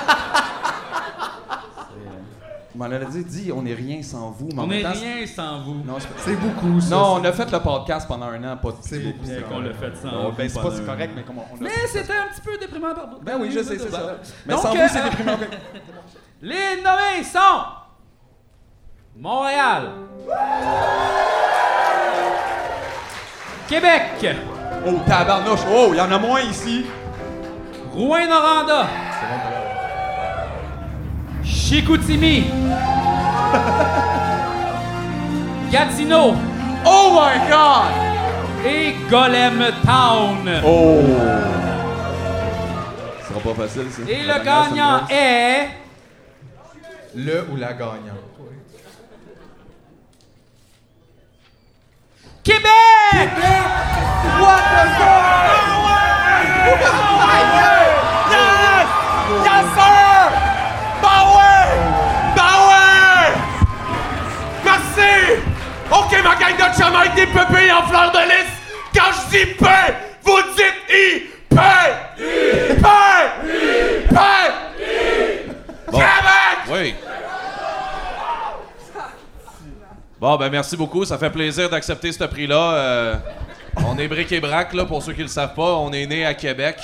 On m'en a dit, on n'est rien sans vous. Mais en on même n'est temps, rien sans vous. Non, C'est beaucoup, ça. non, on a fait le podcast pendant un an, pas de C'est beaucoup, Bien qu'on l'a fait sans Non, vous ben c'est pas pendant c'est un correct, an. mais comment on a. Mais c'était un petit peu déprimant par bout. Ben oui, je sais, c'est ça. Mais Donc, sans vous, c'est déprimant. Les nommés sont Montréal, Québec, Oh, tabarnouche. Oh, il y en a moins ici. Rouyn-Noranda, Chicoutimi, Gatineau Oh my God! et Golem Town. Oh! Ce sera pas facile, ça. Et La le dernière, gagnant c'est est le ou la gagnante. Québec! What the fuck? Yes, sir! Power! Merci! OK, ma gang de chums avec des pépés en fleur de lys. Quand je dis paix, vous dites I. Paix! Paix! Paix! Québec! Oui. Bon, ben merci beaucoup. Ça fait plaisir d'accepter ce prix-là. On est bric et brac, là, pour ceux qui le savent pas. On est né à Québec.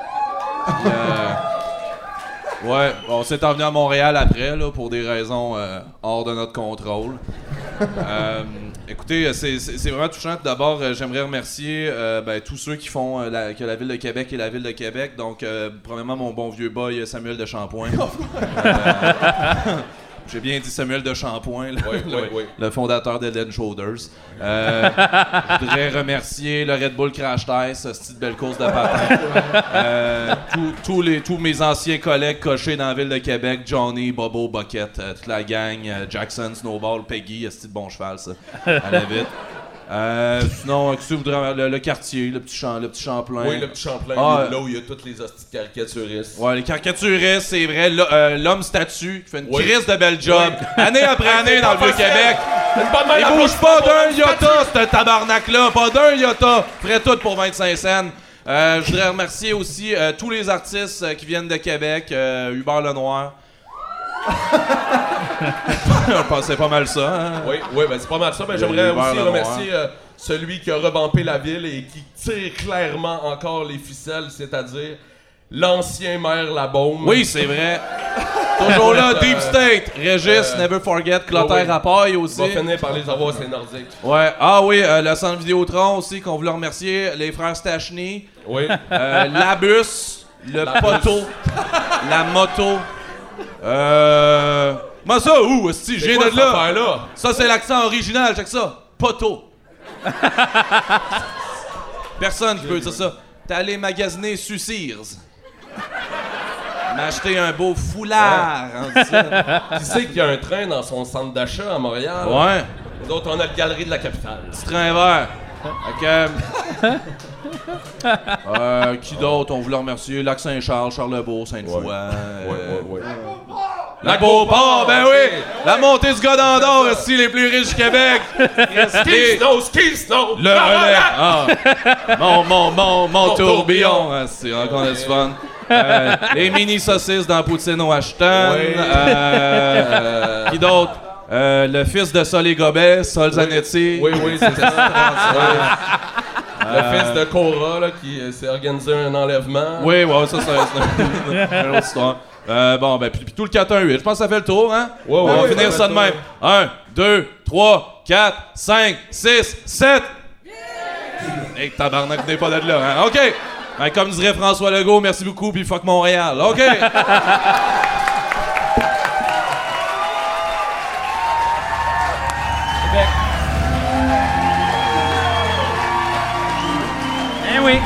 Ouais, on s'est envenu à Montréal après, là, pour des raisons hors de notre contrôle. Écoutez, c'est vraiment touchant. Tout d'abord, j'aimerais remercier tous ceux qui font que la Ville de Québec est la Ville de Québec. Donc, premièrement, mon bon vieux boy Samuel de Champoint. J'ai bien dit Samuel de Champoint, là, le fondateur d'Head & Shoulders. Je voudrais remercier le Red Bull Crash Test, cette petite belle course de patin. Tous mes anciens collègues cochés dans la Ville de Québec, Johnny, Bobo, Bucket, toute la gang, Jackson, Snowball, Peggy, c'est de bon cheval, ça. Allez vite. Sinon, qu'est-ce que vous voudrez, le quartier, le petit Champlain. Oui, le petit Champlain, là où il y a toutes les hosties de caricaturistes. Ouais, les caricaturistes, c'est vrai. L'homme statue qui fait une crise de belle job. Année après année dans le Vieux-Québec. Il bouge pas d'un iota, ce tabarnak-là. Pas d'un iota. Ferait tout pour 25 cents. Je voudrais remercier aussi tous les artistes qui viennent de Québec. Hubert Lenoir. Je pensais pas mal ça. Hein? Oui, ben c'est pas mal ça. Ben, j'aimerais aussi remercier celui qui a revampé la ville et qui tire clairement encore les ficelles, c'est-à-dire l'ancien maire Labaume. Oui, c'est vrai. Toujours là, Deep State. Régis, Never Forget, Clotaire Rapaille aussi. On va finir par les avoir, c'est nordique. Ouais. Ah oui, le centre Vidéotron aussi, qu'on voulait remercier. Les frères Stachny. Oui. L'Abus, le poteau, la moto. Comment ça? Où? Si, j'ai de là. Ça, c'est l'accent original, check ça. Poteau. Personne qui peut dire ça. T'es allé magasiner sur Sears. M'a acheté un beau foulard. Hein, qui sait qu'il y a un train dans son centre d'achat à Montréal? Ouais. Nous autres, on a le galerie de la capitale. Petit train vert. Qui d'autre? On voulait remercier Lac Saint-Charles, Charlebourg, Sainte-Foy. Ouais. Lac Beauport, ben oui! La montée du Godin d'Or, aussi les plus riches du Québec! Ski Snow! Le relais! Mon tourbillon! C'est encore du fun. Les mini saucisses dans Poutine Washington. Qui d'autre? Le fils de Sol et Gobet, Sol Zanetti. Oui, c'est ça. Le fils de Cora là, qui s'est organisé un enlèvement. Oui, ça c'est une autre histoire. Puis tout le 4-1-8, je pense que ça fait le tour, hein? On va finir ça de même. 1, 2, 3, 4, 5, 6, 7. Hey, tabarnak, venez pas d'être là, hein? OK. Comme dirait François Legault, merci beaucoup, puis fuck Montréal. OK. Eh oui.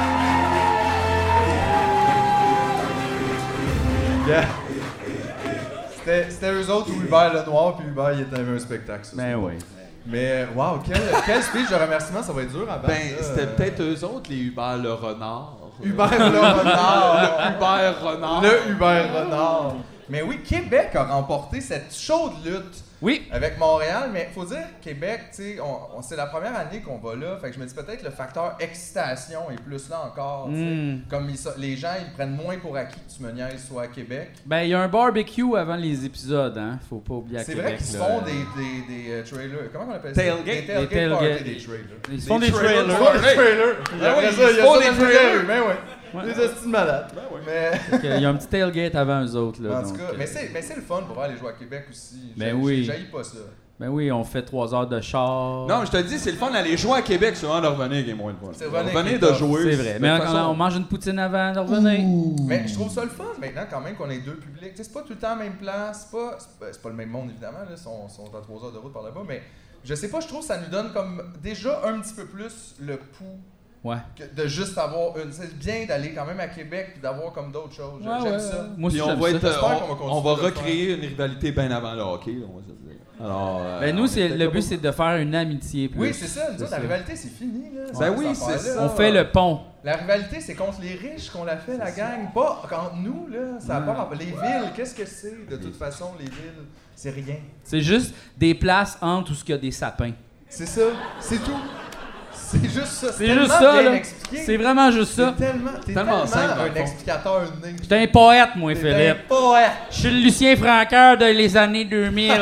Yeah. C'était eux autres ou Hubert Lenoir, puis Hubert, il avait un spectacle. Ça, Ben oui. Mais, wow, quel speech de remerciement, ça va être dur à battre. C'était peut-être eux autres, les Hubert le renard. Hubert le renard. Le Hubert renard. Le Hubert renard. Mais oui, Québec a remporté cette chaude lutte. Oui. Avec Montréal, mais faut dire, Québec, tu sais, c'est la première année qu'on va là, fait que je me dis peut-être le facteur excitation est plus là encore, tu sais. Comme les gens, ils prennent moins pour acquis que tu me niaises soit à Québec. Ben, il y a un barbecue avant les épisodes, hein. Faut pas oublier à C'est Québec. vrai qu'ils se font des trailers. Comment on appelle ça? Tailgate. Des tailgate Des parties, tailgates. des trailers. Ils se font des trailers. Ils font des trailers. Après ça, il y a ça dans les rues, mais ouais. Des hosties de malades. Mais... Il y a un petit tailgate avant eux autres, là. En tout donc, cas, mais c'est le fun pour aller jouer à Québec aussi. Ben oui. J'haïs pas ça. Ben oui, on fait 3 heures de char. Non, je te dis, c'est le fun d'aller jouer à Québec souvent de revenir qui est moins le fun. C'est revenir Revenir qui est de tough. jouer. C'est vrai. Mais on mange une poutine avant de revenir. Mais je trouve ça le fun maintenant quand même qu'on ait deux publics. T'sais, c'est pas tout le temps à la même place, c'est pas le même monde évidemment, là, sont à 3 heures de route par là-bas, mais je sais pas, je trouve que ça nous donne comme déjà un petit peu plus le pouls Ouais. De juste avoir une. C'est bien d'aller quand même à Québec puis d'avoir comme d'autres choses. J'aime ça. Moi aussi, Puis on j'aime va, ça. être, J'espère qu'on va continuer on va de le recréer une rivalité bien avant le hockey, on va se dire. Alors, Ben nous, le but, c'est de faire une amitié. Plus. Oui, c'est ça. Nous autres, C'est la ça. rivalité, c'est fini. Là. Ben oui, Cette c'est affaire-là. On fait le pont. La rivalité, c'est contre les riches qu'on l'a fait, la gang. Pas entre nous, là. Ça a pas rapport. Les villes, qu'est-ce que c'est? De toute façon, les villes, c'est rien. C'est juste des places entre où il y a des sapins. C'est ça. C'est tout. C'est juste ça. C'est tellement juste ça, bien là. expliqué. C'est vraiment juste ça. T'es tellement simple, dans le un fond. explicateur né. J'étais un poète, moi, T'es Philippe. un poète. Je suis le Lucien Francoeur de les années 2000.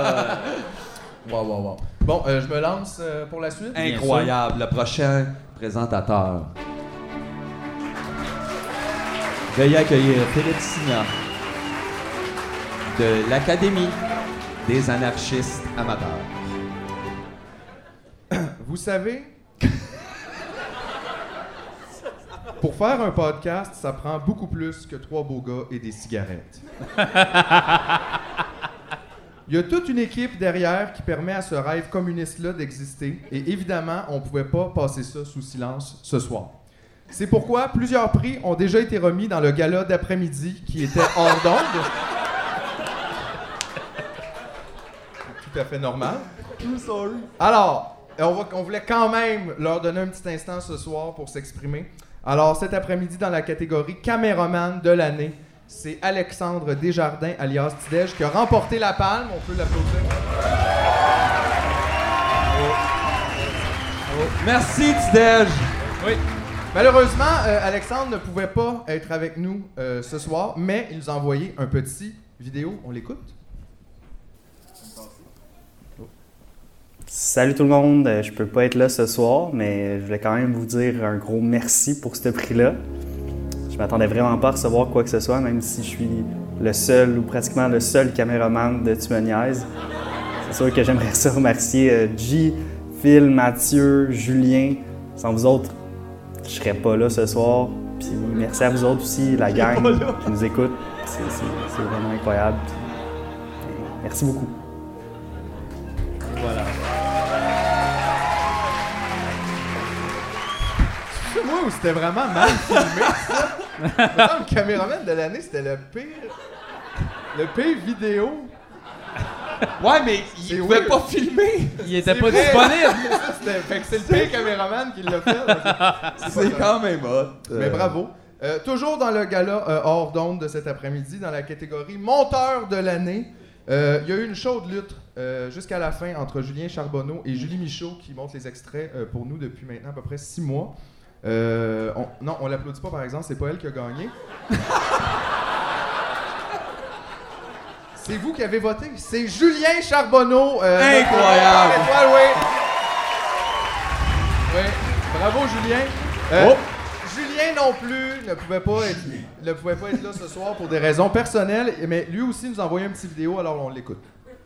Wow. Bon, je me lance pour la suite. incroyable. Le prochain présentateur. Veuillez accueillir Philippe Signa de l'Académie des anarchistes amateurs. Vous savez, pour faire un podcast, ça prend beaucoup plus que 3 beaux gars et des cigarettes. Il y a toute une équipe derrière qui permet à ce rêve communiste-là d'exister, et évidemment, on ne pouvait pas passer ça sous silence ce soir. C'est pourquoi plusieurs prix ont déjà été remis dans le gala d'après-midi qui était hors d'onde. Tout à fait normal. Alors, on voulait quand même leur donner un petit instant ce soir pour s'exprimer. Alors, cet après-midi, dans la catégorie caméraman de l'année, c'est Alexandre Desjardins, alias Tidej, qui a remporté la palme. On peut l'applaudir. Merci, Tidej. Oui. Malheureusement, Alexandre ne pouvait pas être avec nous ce soir, mais il nous a envoyé un petit vidéo. On l'écoute? Salut tout le monde, je peux pas être là ce soir, mais je voulais quand même vous dire un gros merci pour ce prix-là. Je m'attendais vraiment pas à recevoir quoi que ce soit, même si je suis le seul ou pratiquement le seul caméraman de Tu me niaises. C'est sûr que j'aimerais ça remercier G, Phil, Mathieu, Julien. Sans vous autres, je serais pas là ce soir. Puis merci à vous autres aussi, la gang qui nous écoute. C'est vraiment incroyable. Puis, merci beaucoup. Voilà. C'est moi ou c'était vraiment mal filmé, ça? Pourtant, le caméraman de l'année, c'était le pire vidéo. Ouais, mais C'est il pouvait weird. pas filmer. Il était C'est pas vrai. disponible. Fait que c'est le pire caméraman qui l'a fait. C'est quand même hot. Mais bravo. Toujours dans le gala hors d'onde de cet après-midi, dans la catégorie monteur de l'année, il y a eu une chaude lutte jusqu'à la fin entre Julien Charbonneau et Julie Michaud qui montent les extraits pour nous depuis maintenant à peu près 6 mois. Non, on l'applaudit pas par exemple, c'est pas elle qui a gagné. C'est vous qui avez voté. C'est Julien Charbonneau. Incroyable. notre étoile, oui. Oui. Bravo, Julien. Julien non plus ne pouvait pas être là ce soir pour des raisons personnelles, mais lui aussi nous a envoyé un petit vidéo, alors on l'écoute.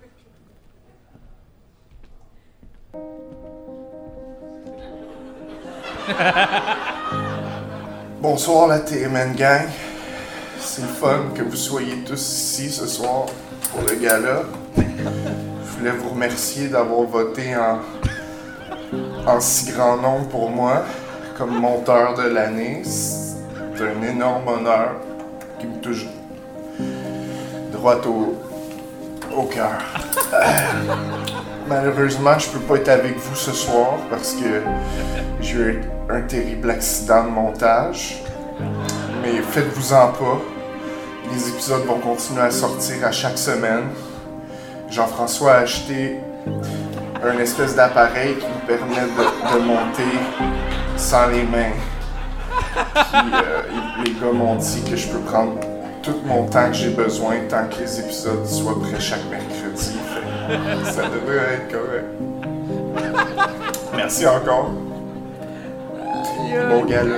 Bonsoir la TMN Gang. C'est le fun que vous soyez tous ici ce soir pour le gala. Je voulais vous remercier d'avoir voté en si grand nombre pour moi comme monteur de l'année. C'est un énorme honneur qui me touche droit au cœur. Malheureusement, je peux pas être avec vous ce soir parce que j'ai eu un terrible accident de montage. Mais faites-vous-en pas. Les épisodes vont continuer à sortir à chaque semaine. Jean-François a acheté un espèce d'appareil qui me permet de monter sans les mains. Puis les gars m'ont dit que je peux prendre tout mon temps que j'ai besoin tant que les épisodes soient prêts chaque mercredi. Fait, ça devrait être correct. Merci encore. Bon gala.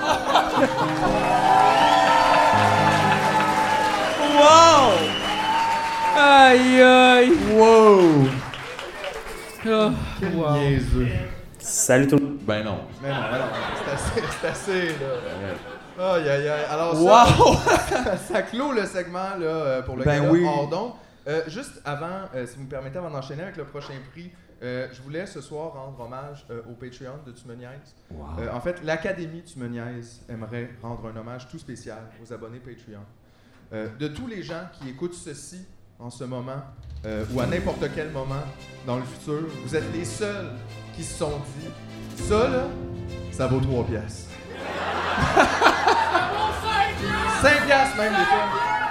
Wow! Aïe aïe! Wow! Oh, wow. Niaiseux. Salut tout le monde. Ben non. Mais non, c'est assez, là. Aïe, aïe, aïe. Alors Wow! ça clôt le segment, là, pour le Ben gala oui. hors d'onde. Juste avant, si vous me permettez, avant d'enchaîner avec le prochain prix, Je voulais ce soir rendre hommage au Patreon de Tu me niaises. En fait, l'Académie Tu me niaises aimerait rendre un hommage tout spécial aux abonnés Patreon. De tous les gens qui écoutent ceci en ce moment, ou à n'importe quel moment dans le futur, vous êtes les seuls qui se sont dit « Ça, là, ça vaut 3 piastres. » 5 piastres même, des fois.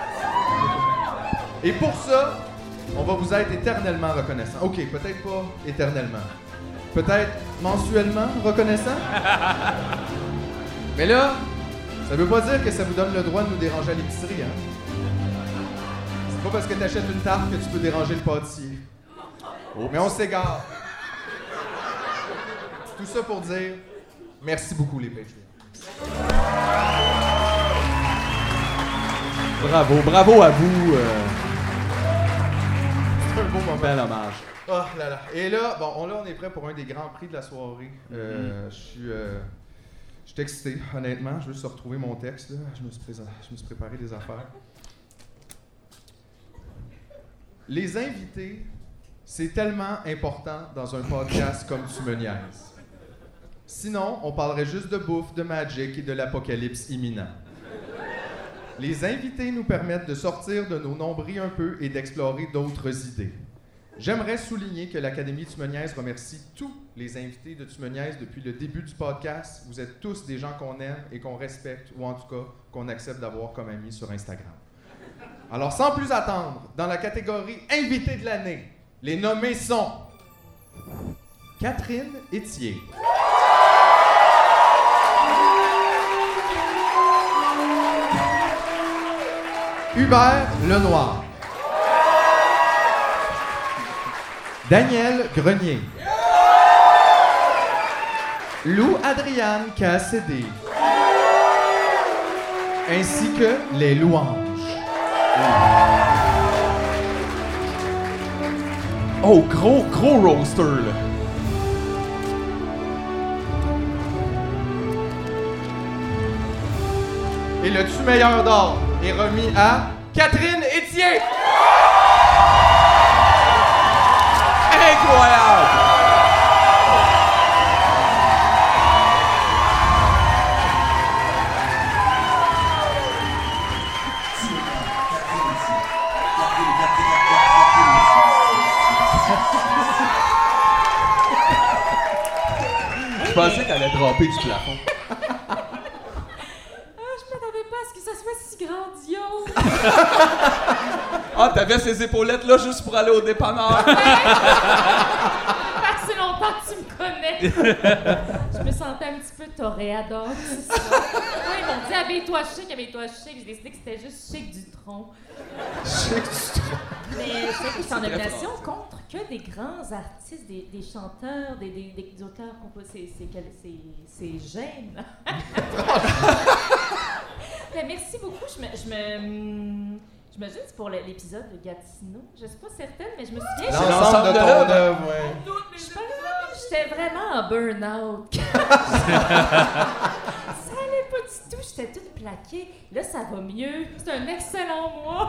Et pour ça, on va vous être éternellement reconnaissant. OK, peut-être pas éternellement. Peut-être mensuellement reconnaissant. Mais là, ça veut pas dire que ça vous donne le droit de nous déranger à l'épicerie, hein? C'est pas parce que t'achètes une tarte que tu peux déranger le pâtissier. Mais on s'égare. Tout ça pour dire merci beaucoup les Patreons. Bravo à vous. C'est un beau moment. Bel hommage. Oh là là. Et là, on est prêt pour un des grands prix de la soirée. Je suis excité, honnêtement. Je veux juste retrouver mon texte. Là. Je me suis préparé des affaires. Les invités, c'est tellement important dans un podcast comme Tu me niaises. Sinon, on parlerait juste de bouffe, de Magic et de l'apocalypse imminent. Les invités nous permettent de sortir de nos nombris un peu et d'explorer d'autres idées. J'aimerais souligner que l'Académie Tu me niaises remercie tous les invités de Tu me niaises depuis le début du podcast. Vous êtes tous des gens qu'on aime et qu'on respecte, ou en tout cas qu'on accepte d'avoir comme amis sur Instagram. Alors, sans plus attendre, dans la catégorie Invité de l'année, les nommés sont Catherine Etier, Hubert Lenoir, Daniel Grenier, Lou Adriane Cassidy, ainsi que les louanges. Oh, gros roaster, là. Et le Tu meilleur d'or est remis à Catherine Etier. Incroyable! Je pensais qu'elle allait dropper du plafond. Je m'attendais pas à ce que ça soit si grandiose. Ah, t'avais ces épaulettes-là juste pour aller au dépanneur. Ça fait assez longtemps que tu me connais. Je me sentais un petit peu toréador ce soir. Ouais, ils m'ont dit habille-toi chic. J'ai décidé que c'était juste chic du tronc. Chic du tronc. Mais c'est que je suis en nomination contre que des grands artistes, des chanteurs, des auteurs, compositeurs. C'est gêne. Mais merci beaucoup. J'imagine que c'est pour l'épisode de Gatineau. Je suis pas certaine, mais je me souviens... L'ensemble de ton œuvre, ouais. J'étais vraiment en burn-out. Ça allait pas du tout, j'étais toute plaquée. Là, ça va mieux. C'est un excellent mois.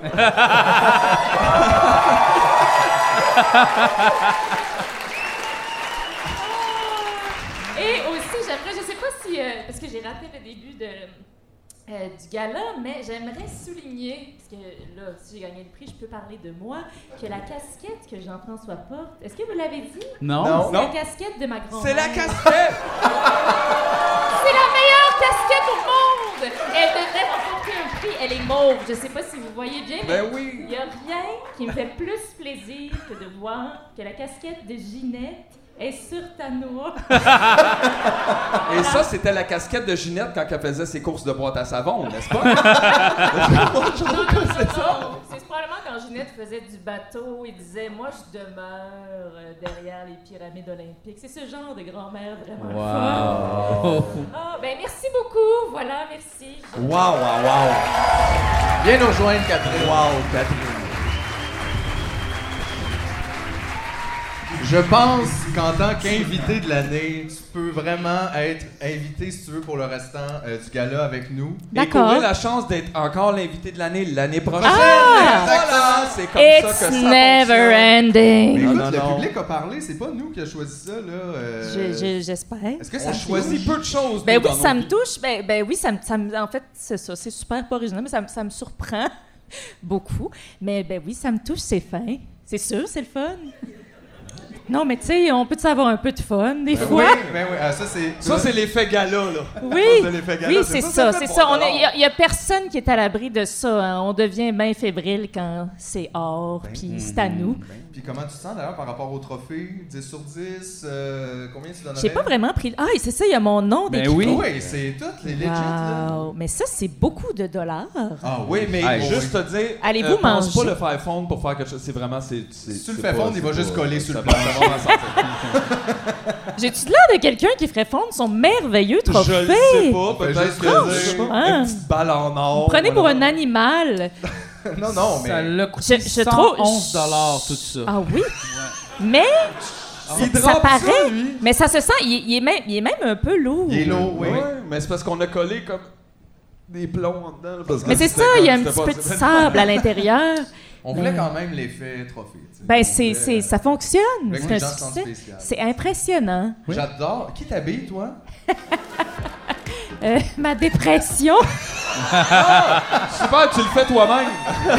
Et aussi, j'aimerais, je sais pas si... parce que j'ai raté le début du gala, mais j'aimerais souligner, parce que là, si j'ai gagné le prix, je peux parler de moi, que la casquette que Jean-François porte, est-ce que vous l'avez dit? Non. C'est la casquette de ma grand-mère. C'est la casquette! C'est la meilleure casquette au monde! Elle devrait remporter un prix, elle est mauve, je sais pas si vous voyez bien, mais Ben oui! il y a rien qui me fait plus plaisir que de voir que la casquette de Ginette est sur ta noix. Et ça, c'était la casquette de Ginette quand elle faisait ses courses de boîte à savon, n'est-ce pas? C'est ça. C'est probablement quand Ginette faisait du bateau et disait « Moi, je demeure derrière les pyramides olympiques ». C'est ce genre de grand-mère vraiment folle. Ah, ben merci beaucoup. Voilà, merci. Wow. Viens nous rejoindre, Catherine. Wow, Catherine. Je pense qu'en tant qu'invité de l'année, tu peux vraiment être invité, si tu veux, pour le restant du gala avec nous. Et qu'aurait la chance d'être encore l'invité de l'année prochaine. Voilà, c'est comme It's ça que ça never fonctionne. ending. Mais écoute, Non. le public a parlé, c'est pas nous qui a choisi ça, là. J'espère. Est-ce que ça On choisit peu de choses. Ben nous, oui, dans ça nos me vies. touche. Ben oui, ça me en fait, c'est ça. C'est super pas original, mais ça me surprend beaucoup. Mais ben oui, ça me touche, c'est fin. C'est sûr, c'est le fun. Non, mais tu sais, on peut avoir un peu de fun, des fois. Oui, Ça, c'est l'effet gala, là. Oui, Ça, c'est l'effet gala, oui, c'est c'est ça, ça, c'est c'est fait ça. pour Il y a personne qui est à l'abri de ça. Hein. On devient bien fébrile quand c'est hors, puis c'est à nous. Puis comment tu te sens d'ailleurs par rapport au trophée? 10 sur 10, combien tu donnerais? J'ai pas vraiment pris... Ah, c'est ça, il y a mon nom Ben décrit. oui. Oui, c'est tout, les legit, là. Wow. Mais ça, c'est beaucoup de dollars. Ah Oui, mais Hey, juste te dire, Allez-vous pense manger? pas le faire fondre pour faire quelque chose. C'est vraiment... Si tu le fais fondre, il va juste coller sur le plat. J'ai-tu l'air de quelqu'un qui ferait fondre son merveilleux Je trophée? le sais pas, peut-être juste que le je sais dire. pas, Hein? une petite balle en or. Vous prenez pour voilà. un animal. Non, mais... Ça l'a coûté Je trouve- 111 tout ça. Ah oui? Mais Il ça drop paraît. ça, lui. Mais ça se sent, il est même un peu lourd. Il est lourd, oui. Ouais, mais c'est parce qu'on a collé comme des plombs en dedans. là, parce que Mais c'est c'était ça, comme- il y a un c'était petit pas- peu de c'était- sable à l'intérieur. On voulait Ben- quand même l'effet trophée. tu sais. Ben, On voulait, ça fonctionne. voulait que C'est les un gens se sentent succès. spécial. C'est impressionnant. J'adore. Qui t'habille, toi? Ma dépression. Super, tu le fais toi-même.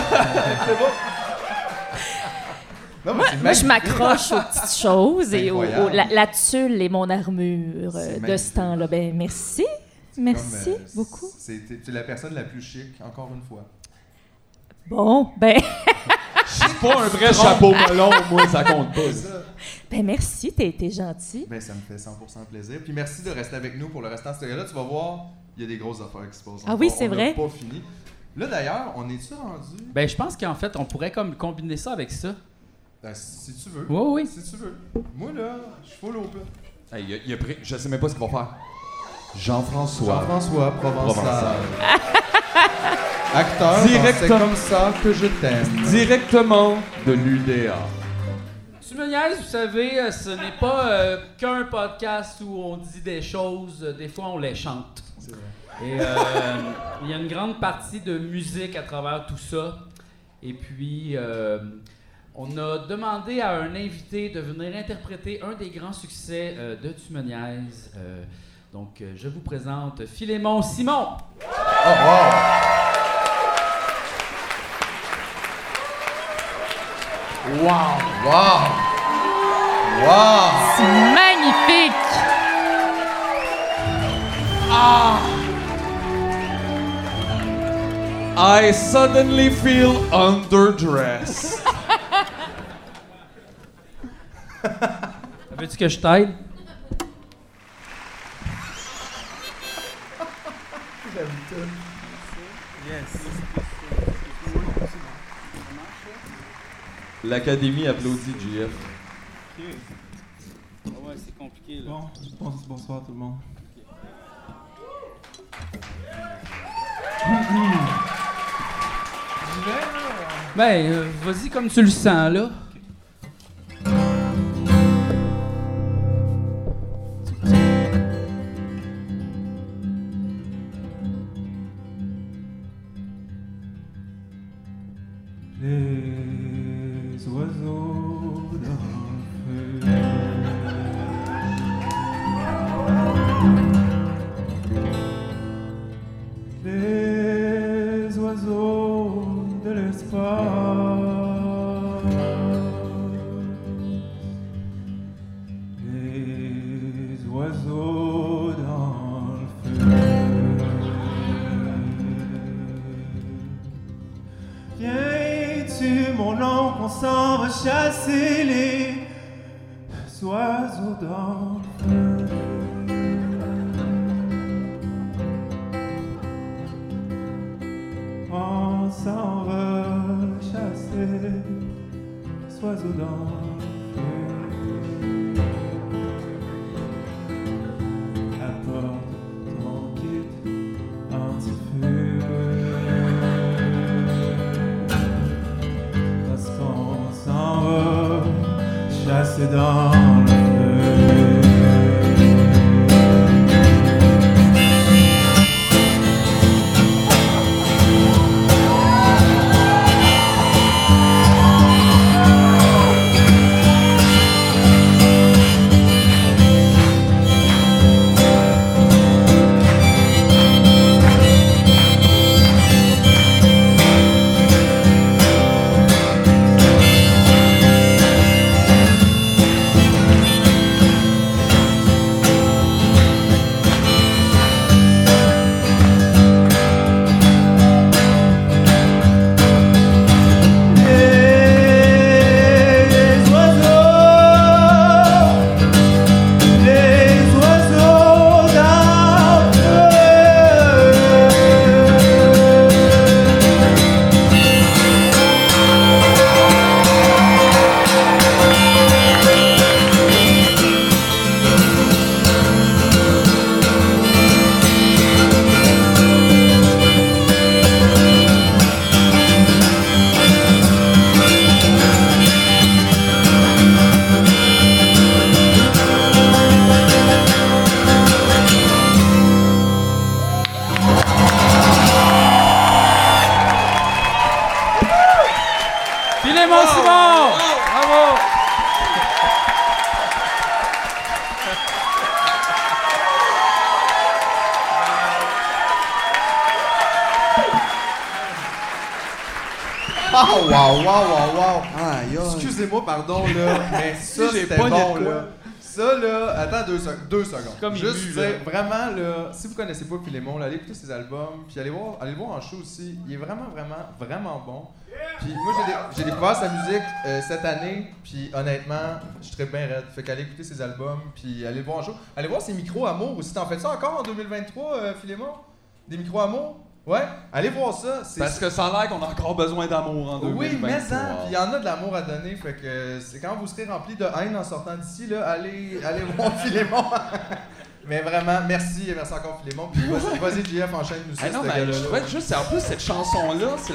Non, mais Moi, c'est moi, je magnifique. m'accroche aux petites choses et Incroyable. la tulle est mon armure C'est de ce magnifique. temps-là. Ben, merci. Merci Comme, beaucoup. T'es la personne la plus chic, encore une fois. Bon, ben, C'est pas un vrai chapeau melon, moi, ça compte pas. Ça. ben merci, t'es gentil. Ben, ça me fait 100% plaisir. Puis merci de rester avec nous pour le restant de cette là. Tu vas voir, il y a des grosses affaires qui se passent. Ah oui, encore. c'est On n'a vrai. pas fini. Là, d'ailleurs, on est-tu rendu? Ben, je pense qu'en fait, on pourrait comme combiner ça avec ça. Ben, si tu veux. Oui, oui. Si tu veux. Moi, là, je suis full open. Hey, il a pris, je sais même pas ce qu'il va faire. Jean-François. Jean-François Provençal. Provençal. Acteur, Direct- c'est comme ça que je t'aime. Directement de l'UDA. Tu me niaises, vous savez, ce n'est pas qu'un podcast où on dit des choses, des fois on les chante. C'est vrai. Et il y a une grande partie de musique à travers tout ça. Et puis, on a demandé à un invité de venir interpréter un des grands succès de Tu me niaises. Donc, je vous présente Philémon Simon. Oh, wow! Wow! Wow! Wow! C'est magnifique. I suddenly feel underdressed. Veux-tu que je t'aide? L'Académie applaudit JF. Ouais, c'est compliqué, là. Bonsoir tout le monde. Ben, vas-y comme tu le sens, là. Les oiseaux d'un feu. Les oiseaux de l'espace. Les oiseaux dans le feu. Viens-tu, mon oncle, on s'en va chasser les oiseaux dans le feu. On s'en va chasser les oiseaux dans le feu. Apporte ton kit anti-feu. Parce qu'on s'en va chasser passer dans le feu. Oh, wow. Excusez-moi, pardon, là, mais ça, c'était bon, là. Ça, là, attends 2 secondes. Comme juste ému, dire, là. vraiment, là, si vous connaissez pas Philémon, là, allez écouter ses albums, puis allez le voir en show aussi. Il est vraiment bon. Puis moi, j'ai découvert sa musique cette année, puis honnêtement, je serais bien raide. Fait qu'allez écouter ses albums, puis allez le voir en show. Allez voir ses micros-amours aussi. T'en fais ça encore en 2023, Philémon? Des micros-amours? Ouais, allez voir ça. Parce que ça a l'air qu'on a encore besoin d'amour en 2023. Oui, mais ça, puis il y en a de l'amour à donner, fait que c'est quand vous serez rempli de haine en sortant d'ici, là, allez voir Philémon. Mais vraiment, merci encore Philémon. Puis vas-y, JF, enchaîne-nous ça. Non, mais je trouvais juste, en plus, cette chanson-là, c'est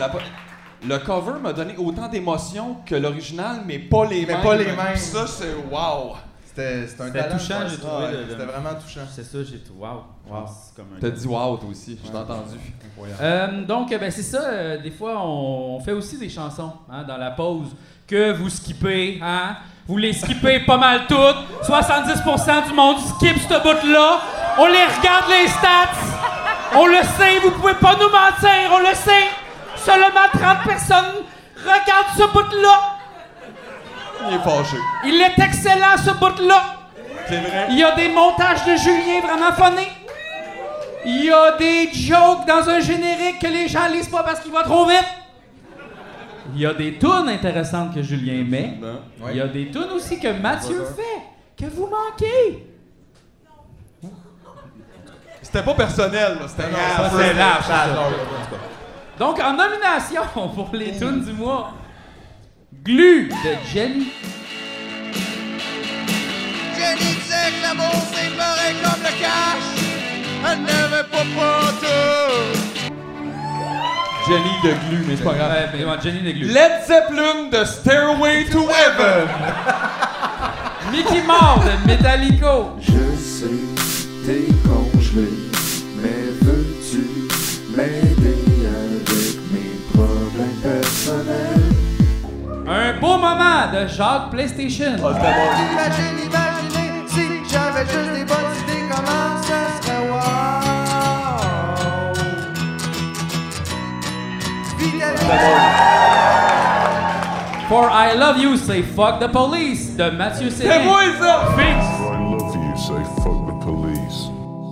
le cover m'a donné autant d'émotions que l'original, mais pas les mêmes. Puis ça, c'est wow. C'était un talent. Touchant, j'ai trouvé. C'était vraiment touchant. C'est ça, j'ai tout. Wow. C'est comme un... T'as dit wow, toi aussi, je t'ai entendu. Donc, ben, c'est ça. Des fois, on fait aussi des chansons dans la pause que vous skippez. Hein? Vous les skippez pas mal toutes. 70% du monde skip ce bout-là. On les regarde les stats. On le sait, vous pouvez pas nous mentir. On le sait. Seulement 30 personnes regardent ce bout-là. Il est fâché. Il est excellent, ce bout-là. C'est vrai. Il y a des montages de Julien vraiment funnés. Il y a des jokes dans un générique que les gens lisent pas parce qu'il va trop vite. Il y a des tunes intéressantes que Julien met. Il y a des tunes aussi que Mathieu fait, que vous manquez. C'était pas personnel, là. C'était lâche. Donc, en nomination pour les tunes du mois, Glu de Jenny. Jenny disait que l'amour c'est pareil comme le cash. Elle n'aimait pas tout. Jenny de Glu, mais c'est pas grave. Ouais, mais Jenny de Glu. Led Zeppelin de Stairway to Heaven. Mickey Mouse de Metallica. Je sais, t'es congelé, mais veux-tu m'aider avec mes problèmes personnels? Un beau moment de Jacques PlayStation. Imaginez si j'avais juste des bonnes idées, comment ça serait wow. For I Love You, Say Fuck the Police de Mathieu Céline. C'est moi ça! Fix. For I love you, say fuck the police.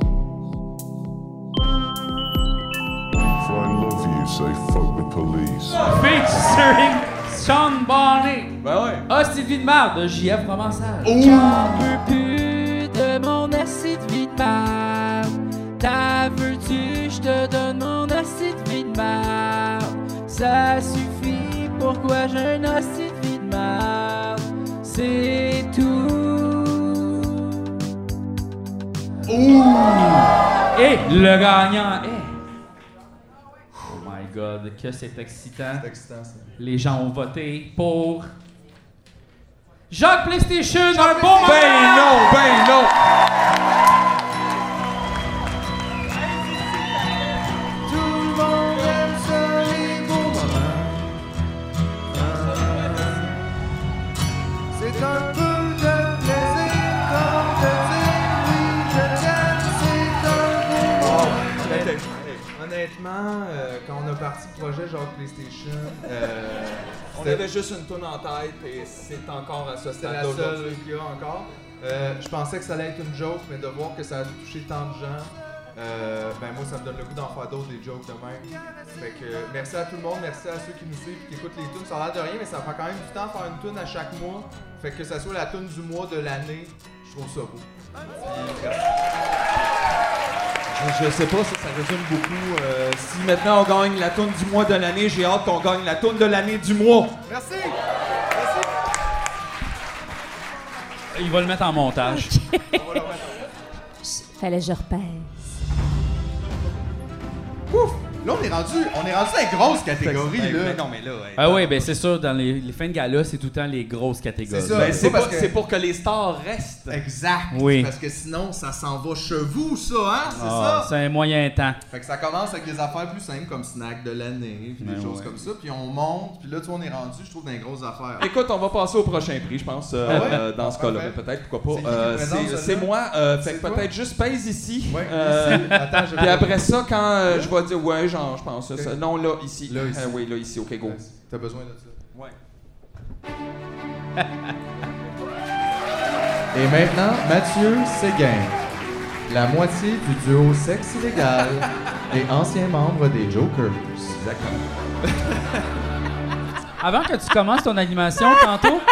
For I love you, say fuck the police. Featuring Sean Barney. Ben ouais. Hostie de vie de marde de JF Provençal. J'en veux plus de mon hostie de vie de marde. T'as veux-tu, j'te donne mon hostie de vie de marde. Ça suffit, pourquoi j'ai un hostie de vie de marde. C'est tout. Et le gagnant est... Oh my God, que c'est excitant. C'est excitant, ça. Les gens ont voté pour Jacques PlayStation, un bon moment! Ben non! Tout le monde aime ça, les beaux moments. C'est un peu de plaisir comme de dire oui, je t'aime, c'est un beau moment. Honnêtement, quand on a parti le projet genre PlayStation, On avait juste une toune en tête et c'est encore à ce c'était la stade seule qu'il y a encore. Je pensais que ça allait être une joke, mais de voir que ça a touché tant de gens, ben moi ça me donne le goût d'en faire d'autres des jokes de même. Fait que merci à tout le monde, merci à ceux qui nous suivent et qui écoutent les tunes. Ça a l'air de rien, mais ça prend quand même du temps de faire une tune à chaque mois. Fait que ça soit la tune du mois, de l'année, je trouve ça beau. Je sais pas si ça résume beaucoup. Si maintenant on gagne la toune du mois de l'année, j'ai hâte qu'on gagne la toune de l'année du mois. Merci! Il va le mettre en montage. Fallait que je repèse. Ouf! Là, on est rendu dans une grosse catégorie, là. Mais non, mais là... Ah oui, ben c'est sûr, dans les fins de gala, c'est tout le temps les grosses catégories. C'est ça. Ben, Parce que- c'est pour que les stars restent. Exact! Oui. Parce que sinon, ça s'en va cheveux, ça, hein? C'est Ah, ça? c'est un moyen temps. Fait que ça commence avec des affaires plus simples comme snack de l'année, puis des Ben choses ouais. comme ça, puis on monte, puis là, tu vois, on est rendu, je trouve, dans les grosses affaires. Écoute, on va passer au prochain prix, je pense, ouais? dans ce cas-là. Parfait. Peut-être, pourquoi C'est pas. qui qui présente C'est celle-là? moi. Fait C'est que toi? peut-être juste pèse ici. Ouais, ici. Attends, je Puis après ça, quand je vais dire, ouais, genre, je pense ça. Non, là, ici. Là, ici. Oui, là, ici. OK, go. T'as besoin de ça. Ouais. Et maintenant, Mathieu Séguin, la moitié du duo Sexe Illégal et ancien membre des Jokers. Exactement. Avant que tu commences ton animation, tantôt,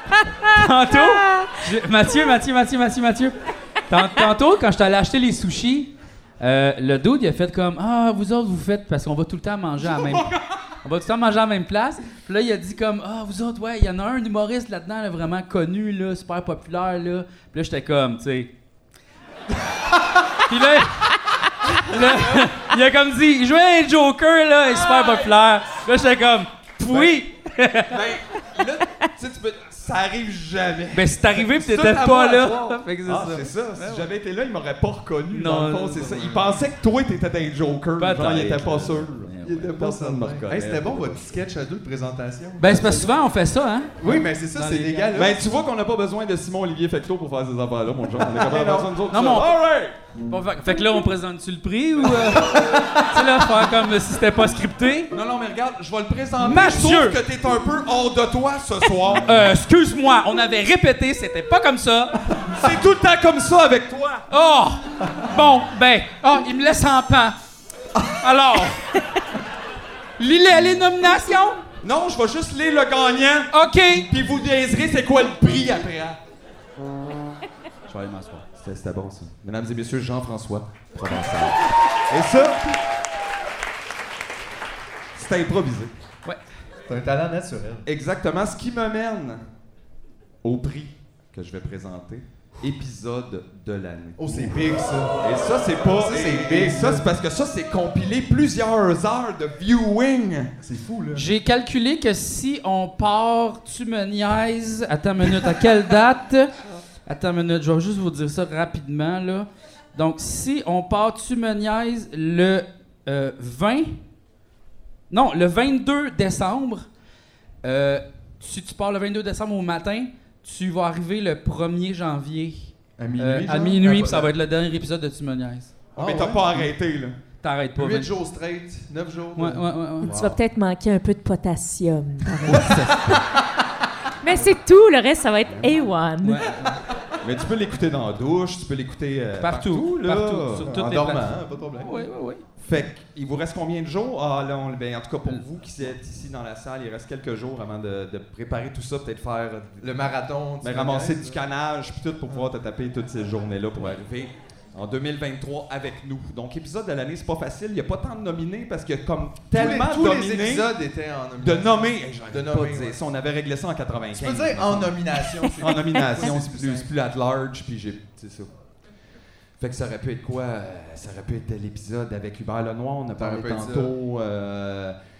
Mathieu. Tantôt, quand je t'allais acheter les sushis, le dude, il a fait comme « Ah, vous autres, vous faites... » Parce qu'on va tout le temps manger à la même... On va tout le temps manger à la même place. Puis là, il a dit comme « Ah, vous autres, ouais, il y en a un humoriste là-dedans, là, vraiment connu, là, super populaire, là. » Puis là, j'étais comme, tu sais... Puis là, il a comme dit « Il jouait un Joker, là, il est super populaire. » Là, j'étais comme « Oui! » Ben, là, tu sais, ça arrive jamais. Ben, c'est arrivé pis C'est t'étais tout à pas moi à là. soir. Fait que c'est Ah, ça. c'est ça. Ben Si j'avais été là, il m'aurait pas reconnu. Non, dans le fond, non, c'est ça. non. Il pensait que toi, t'étais un Joker. Genre, il était pas Peut-être. sûr. Il était pas sûr de me reconnaître. Hey, c'était bon votre petit sketch à deux de présentation. Ben, c'est parce que souvent on fait ça, hein? Oui, mais c'est ça, Dans c'est les légal. Ben, tu vois qu'on n'a pas besoin de Simon-Olivier Fecteau pour faire ces affaires-là, mon genre. On est capable de faire ça nous autres. Non, seuls. mais All right! Bon, fait que là, on présente-tu le prix ou. Tu sais, là, faire comme si c'était pas scripté? Non, non, mais regarde, je vais le présenter. Mathieu! Je trouve que t'es un peu hors de toi ce soir. Excuse-moi, on avait répété, c'était pas comme ça. C'est tout le temps comme ça avec toi. Oh! Bon, ben, il me laisse en pan. Alors, lis les nominations? Non, je vais juste lire le gagnant. OK. Puis vous niaiserez c'est quoi le prix après. Je vais aller m'asseoir. C'était bon, ça. Mesdames et messieurs, Jean-François Provençal. Et ça, c'est improvisé. Ouais. C'est un talent naturel. Exactement. Ce qui me mène au prix que je vais présenter. Épisode de l'année. Oh, c'est big, ça. Et ça, c'est pas... Ça, c'est et big, ça, ça. c'est parce que ça, c'est compilé plusieurs heures de viewing. C'est fou, là. J'ai calculé que si on part, tu me niaises. Attends une minute, à quelle date? Attends une minute, je vais juste vous dire ça rapidement, là. Donc, si on part, tu me niaises le 20... Non, le 22 décembre. Si tu pars le 22 décembre au matin, tu vas arriver le 1er janvier. À minuit, À genre? minuit, puis ça va être le dernier épisode de Tu me niaises. Mais t'as pas arrêté, là. T'arrêtes pas. 8 jours straight, 9 jours. Ouais. Tu vas peut-être manquer un peu de potassium. Mais c'est tout, le reste, ça va être A1. Ouais. Mais tu peux l'écouter dans la douche, tu peux l'écouter Partout, là. partout, sur toutes En les dormant, plateformes. pas de problème. Oui. Fait qu'il vous reste combien de jours? Ah là, ben, en tout cas pour vous qui êtes ici dans la salle, il reste quelques jours avant de préparer tout ça, peut-être faire Le marathon. ben, ramasser du canage puis tout pour pouvoir te taper toutes ces journées-là pour arriver en 2023 avec nous. Donc épisode de l'année, c'est pas facile, il y a pas tant de nominés parce que comme tellement tous les dominés épisodes étaient en de nomination. nommer, De pas nommer, dire ouais. ça, on avait réglé ça en 95. Tu peux dire en nomination. c'est- En nomination, c'est simple. plus at large, puis c'est ça. Fait que ça aurait pu être quoi? Ça aurait pu être l'épisode avec Hubert Lenoir, on a parlé aurait pu être tantôt.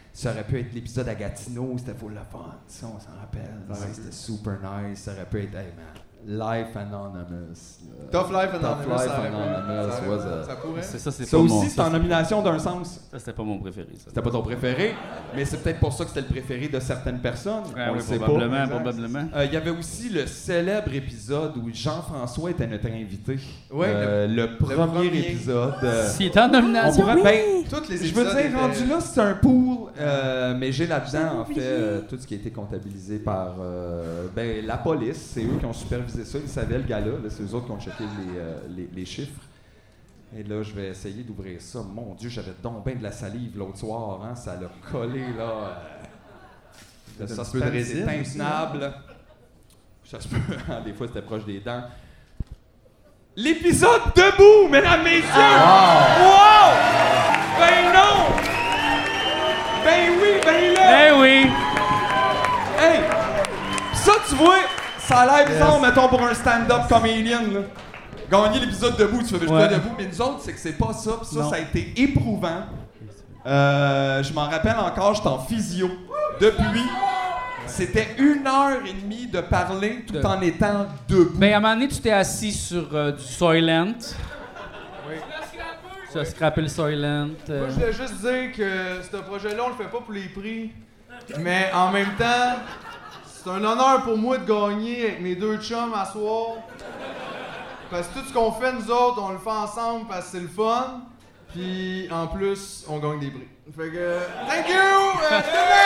Ça aurait pu être l'épisode à Gatineau, c'était full de fun. Ça, on s'en rappelle. C'était super nice. Ça aurait pu être, hey man, Life Anonymous. Tough Life Anonymous, Tough Life ça Anonymous. ça pourrait. Ça aussi, c'est en nomination d'un sens. Ça, c'était pas mon préféré. C'était pas ton préféré, mais c'est peut-être pour ça que c'était le préféré de certaines personnes. On le sait probablement, pas. probablement. Il y avait aussi le célèbre épisode où Jean-François était notre invité. Ouais, le premier épisode. S'il était en nomination, Toutes les je veux épisodes dire, rendu là, c'est un pool, mais j'ai là-dedans, en fait, tout ce qui a été comptabilisé par la police. C'est eux qui ont supervisé ça. Ils savaient le gars-là. C'est eux autres qui ont checké les chiffres. Et là, je vais essayer d'ouvrir ça. Mon Dieu, j'avais donc bien de la salive l'autre soir. Hein? Ça l'a collé, là. Le suspense est intenable. Ça se peut. Des fois, c'était proche des dents. L'épisode debout, mesdames, messieurs! Wow! Ben non! Ben oui, ben là! Ben oui! Hey! Ça, tu vois, ça a l'air bizarre, mettons, pour un stand-up comédien, là. Gagner l'épisode debout, tu fais pas debout, mais nous autres, c'est que c'est pas ça. Puis ça, ça a été éprouvant. Je m'en rappelle encore, j'étais en physio. Depuis, c'était 1h30 de parler tout en étant debout. Ben, à un moment donné, tu t'es assis sur du Soylent. Oui. Tu as scrappé le Soylent. Moi, je voulais juste dire que ce projet-là, on le fait pas pour les prix. Mais en même temps, c'est un honneur pour moi de gagner avec mes deux chums à soir. Parce que tout ce qu'on fait, nous autres, on le fait ensemble parce que c'est le fun. Puis, en plus, on gagne des prix. Fait que, thank you!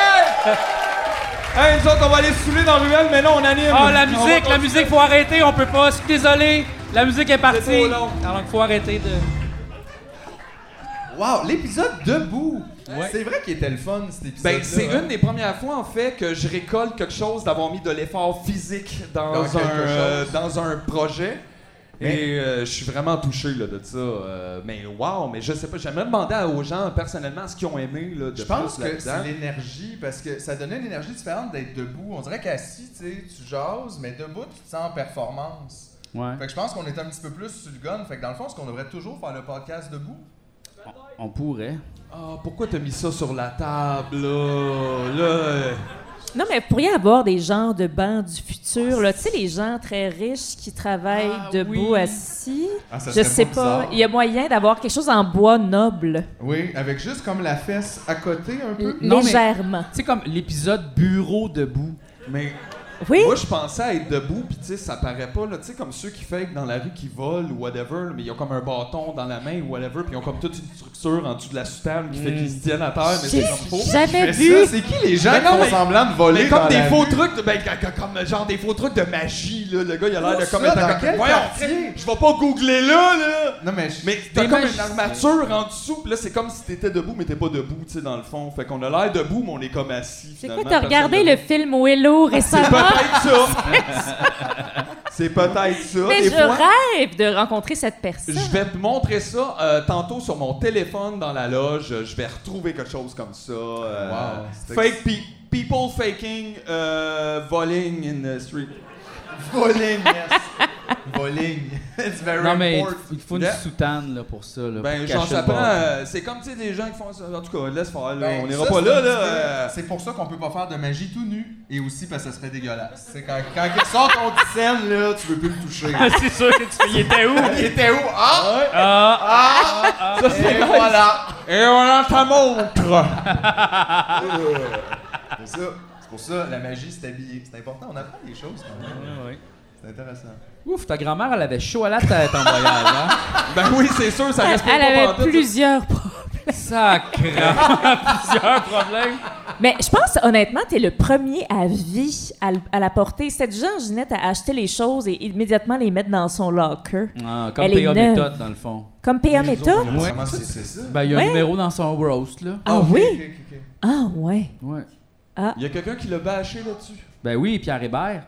Hey, nous autres, on va aller se saouler dans la ruelle, mais là, on anime. Oh, la musique, faut arrêter, on peut pas. Je suis désolé, la musique est partie. C'est trop long. Alors qu'il faut arrêter de... Wow, l'épisode debout! Ouais. C'est vrai qu'il était le fun, cet épisode. Ben, c'est une des premières fois, en fait, que je récolte quelque chose d'avoir mis de l'effort physique dans un projet. Et je suis vraiment touché là, de ça. Mais wow, mais je sais pas, j'aimerais demander aux gens personnellement ce qu'ils ont aimé là, de je pense plus que là-dedans. c'est l'énergie, parce que ça donnait une énergie différente d'être debout. On dirait qu'assis, tu jases, mais debout, tu te sens en performance. Ouais. Fait que je pense qu'on est un petit peu plus sur le gun. Fait que dans le fond, est-ce qu'on devrait toujours faire le podcast debout? On pourrait. Ah, pourquoi t'as mis ça sur la table, là? Non, mais vous pourriez avoir des genres de bancs du futur, là. Tu sais, les gens très riches qui travaillent debout, assis. Ah, ça je serait sais pas pas. bizarre. Il y a moyen d'avoir quelque chose en bois noble. Oui, avec juste comme la fesse à côté un peu. Légèrement. Tu sais, comme l'épisode bureau debout. Mais oui? Moi, je pensais à être debout, puis tu sais, ça paraît pas, là, tu sais, comme ceux qui fake dans la rue qui volent ou whatever, là, mais ils ont comme un bâton dans la main ou whatever, puis ils ont comme toute une structure en dessous de la soutane qui fait qu'ils se tiennent à terre, mais c'est comme faux. Jamais vu! Ça, c'est qui les gens qui font semblant de voler mais comme dans des la faux rue? trucs, comme genre des faux trucs de magie, là. Le gars, il a l'air de comme ça, être dans quel voyons, quartier? je vais pas googler là! Non, mais t'as comme une armature en dessous, puis là, c'est comme si t'étais debout, mais t'es pas debout, tu sais, dans le fond. Fait qu'on a l'air debout, mais on est comme assis. C'est quoi, t'as regardé le film Willow récemment? C'est peut-être ça. C'est peut-être ça. Mais Des je fois, rêve de rencontrer cette personne. je vais te montrer ça tantôt sur mon téléphone dans la loge. Je vais retrouver quelque chose comme ça. People faking voling in the street. Voling, yes. Voling. It's very Non, mais important. il faut une soutane là, pour ça. Là, Ben, pour genre, cacher ça le bord. prend. C'est comme, tu sais, des gens qui font ça. En tout cas, laisse faire, là. Ben, On ira ça, pas c'est là, un petit là. peu- C'est pour ça qu'on peut pas faire de magie tout nu. Et aussi parce que ça serait dégueulasse. C'est quand il sort ton petit scène, là, tu veux plus le toucher. C'est sûr que tu fais. Il était où? Il était où? Ah! Ah! Ça, c'est Et nice. voilà! Et voilà ta montre! C'est ça. C'est pour ça, la magie, c'est habillé. C'est important, on apprend des choses quand même. Ouais. C'est intéressant. Ouf, ta grand-mère, elle avait chaud à la tête en voyage, hein? Ben oui, c'est sûr, ça reste Elle pas avait pantoute. plusieurs problèmes. Sacrement, plusieurs problèmes. Mais je pense, honnêtement, t'es le premier à vie à la porter. Cette genre, Ginette, à acheter les choses et immédiatement les mettre dans son locker. Ah, comme Elle est PA neuve. méthode, dans le fond. Comme PA méthode? Ouais. Comment c'est ça? Ben, il y a un Ouais. numéro dans son roast, là. Ah Ok, oui? ok, ok. Ah ouais. Ouais. Il y a quelqu'un qui l'a bâché là-dessus. Ben oui, Pierre Hébert.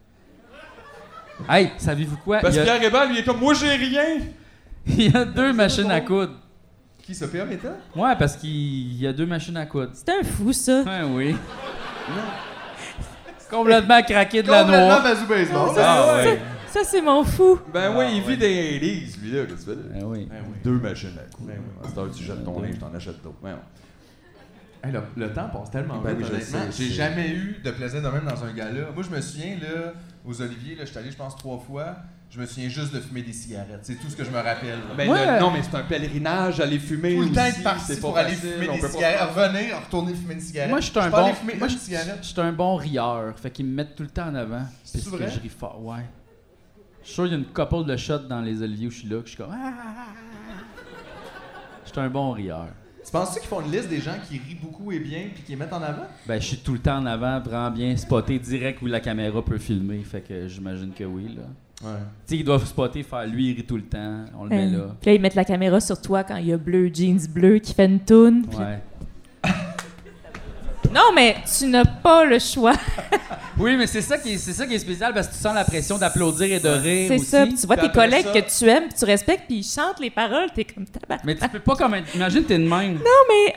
Hey, savez-vous quoi? Parce Il que y a- Pierre Hébert, lui, est comme moi, j'ai rien. il y a deux machines à coudre. Qui se PA méthode? Ouais, parce qu'il y a deux machines à coudre. C'est un fou, ça. Ouais, oui. Complètement craqué de la Complètement noix. Bazou Baseball. Ah ouais. Ça, c'est mon fou. Ben oui, il vit des 80s, lui, là, qu'est-ce que tu fais? Ben oui. Deux machines à coudre. À cette heure, tu jettes ton linge, t'en achètes d'autres. Hey, le temps passe tellement Ben vite, oui, je sais, honnêtement. J'ai c'est- jamais eu de plaisir de même dans un gala. Moi, je me souviens, là, aux Oliviers, là, je suis allé, je pense, 3 fois. Je me souviens juste de fumer des cigarettes. C'est tout ce que je me rappelle. là. Ben, non, mais c'est un pèlerinage, aller fumer. Tout le temps aussi, être parti c'est pour pas aller facile, fumer on des peut pas cigarettes, faire- revenir, retourner fumer une cigarette. Moi, je suis un peux aller bon. fumer Moi, une cigarette. je suis un bon rieur. Fait qu'ils me mettent tout le temps en avant. C'est Parce vrai? que je ris fort. Ouais. Je suis sûr qu'il y a une couple de shots dans les Oliviers où je suis là, que je suis comme. Je suis un bon rieur. Tu penses-tu qu'ils font une liste des gens qui rient beaucoup et bien puis qui les mettent en avant? Ben, je suis tout le temps en avant, vraiment bien spoté direct où la caméra peut filmer. Fait que j'imagine que oui, là. Ouais. Tu sais, ils doivent spotter, faire lui, il rit tout le temps. On le met là. Puis là, ils mettent la caméra sur toi quand il y a Bleu Jeans Bleu qui fait une toune. puis- Ouais. Non, mais tu n'as pas le choix. Oui, mais c'est ça qui est spécial parce que tu sens la pression d'applaudir et de rire. C'est aussi. ça. Puis tu vois Puis tes après collègues ça- que tu aimes, puis tu respectes, puis ils chantent les paroles, t'es comme tabac. Mais tu peux pas comme. Imagine, t'es de même. Non, mais.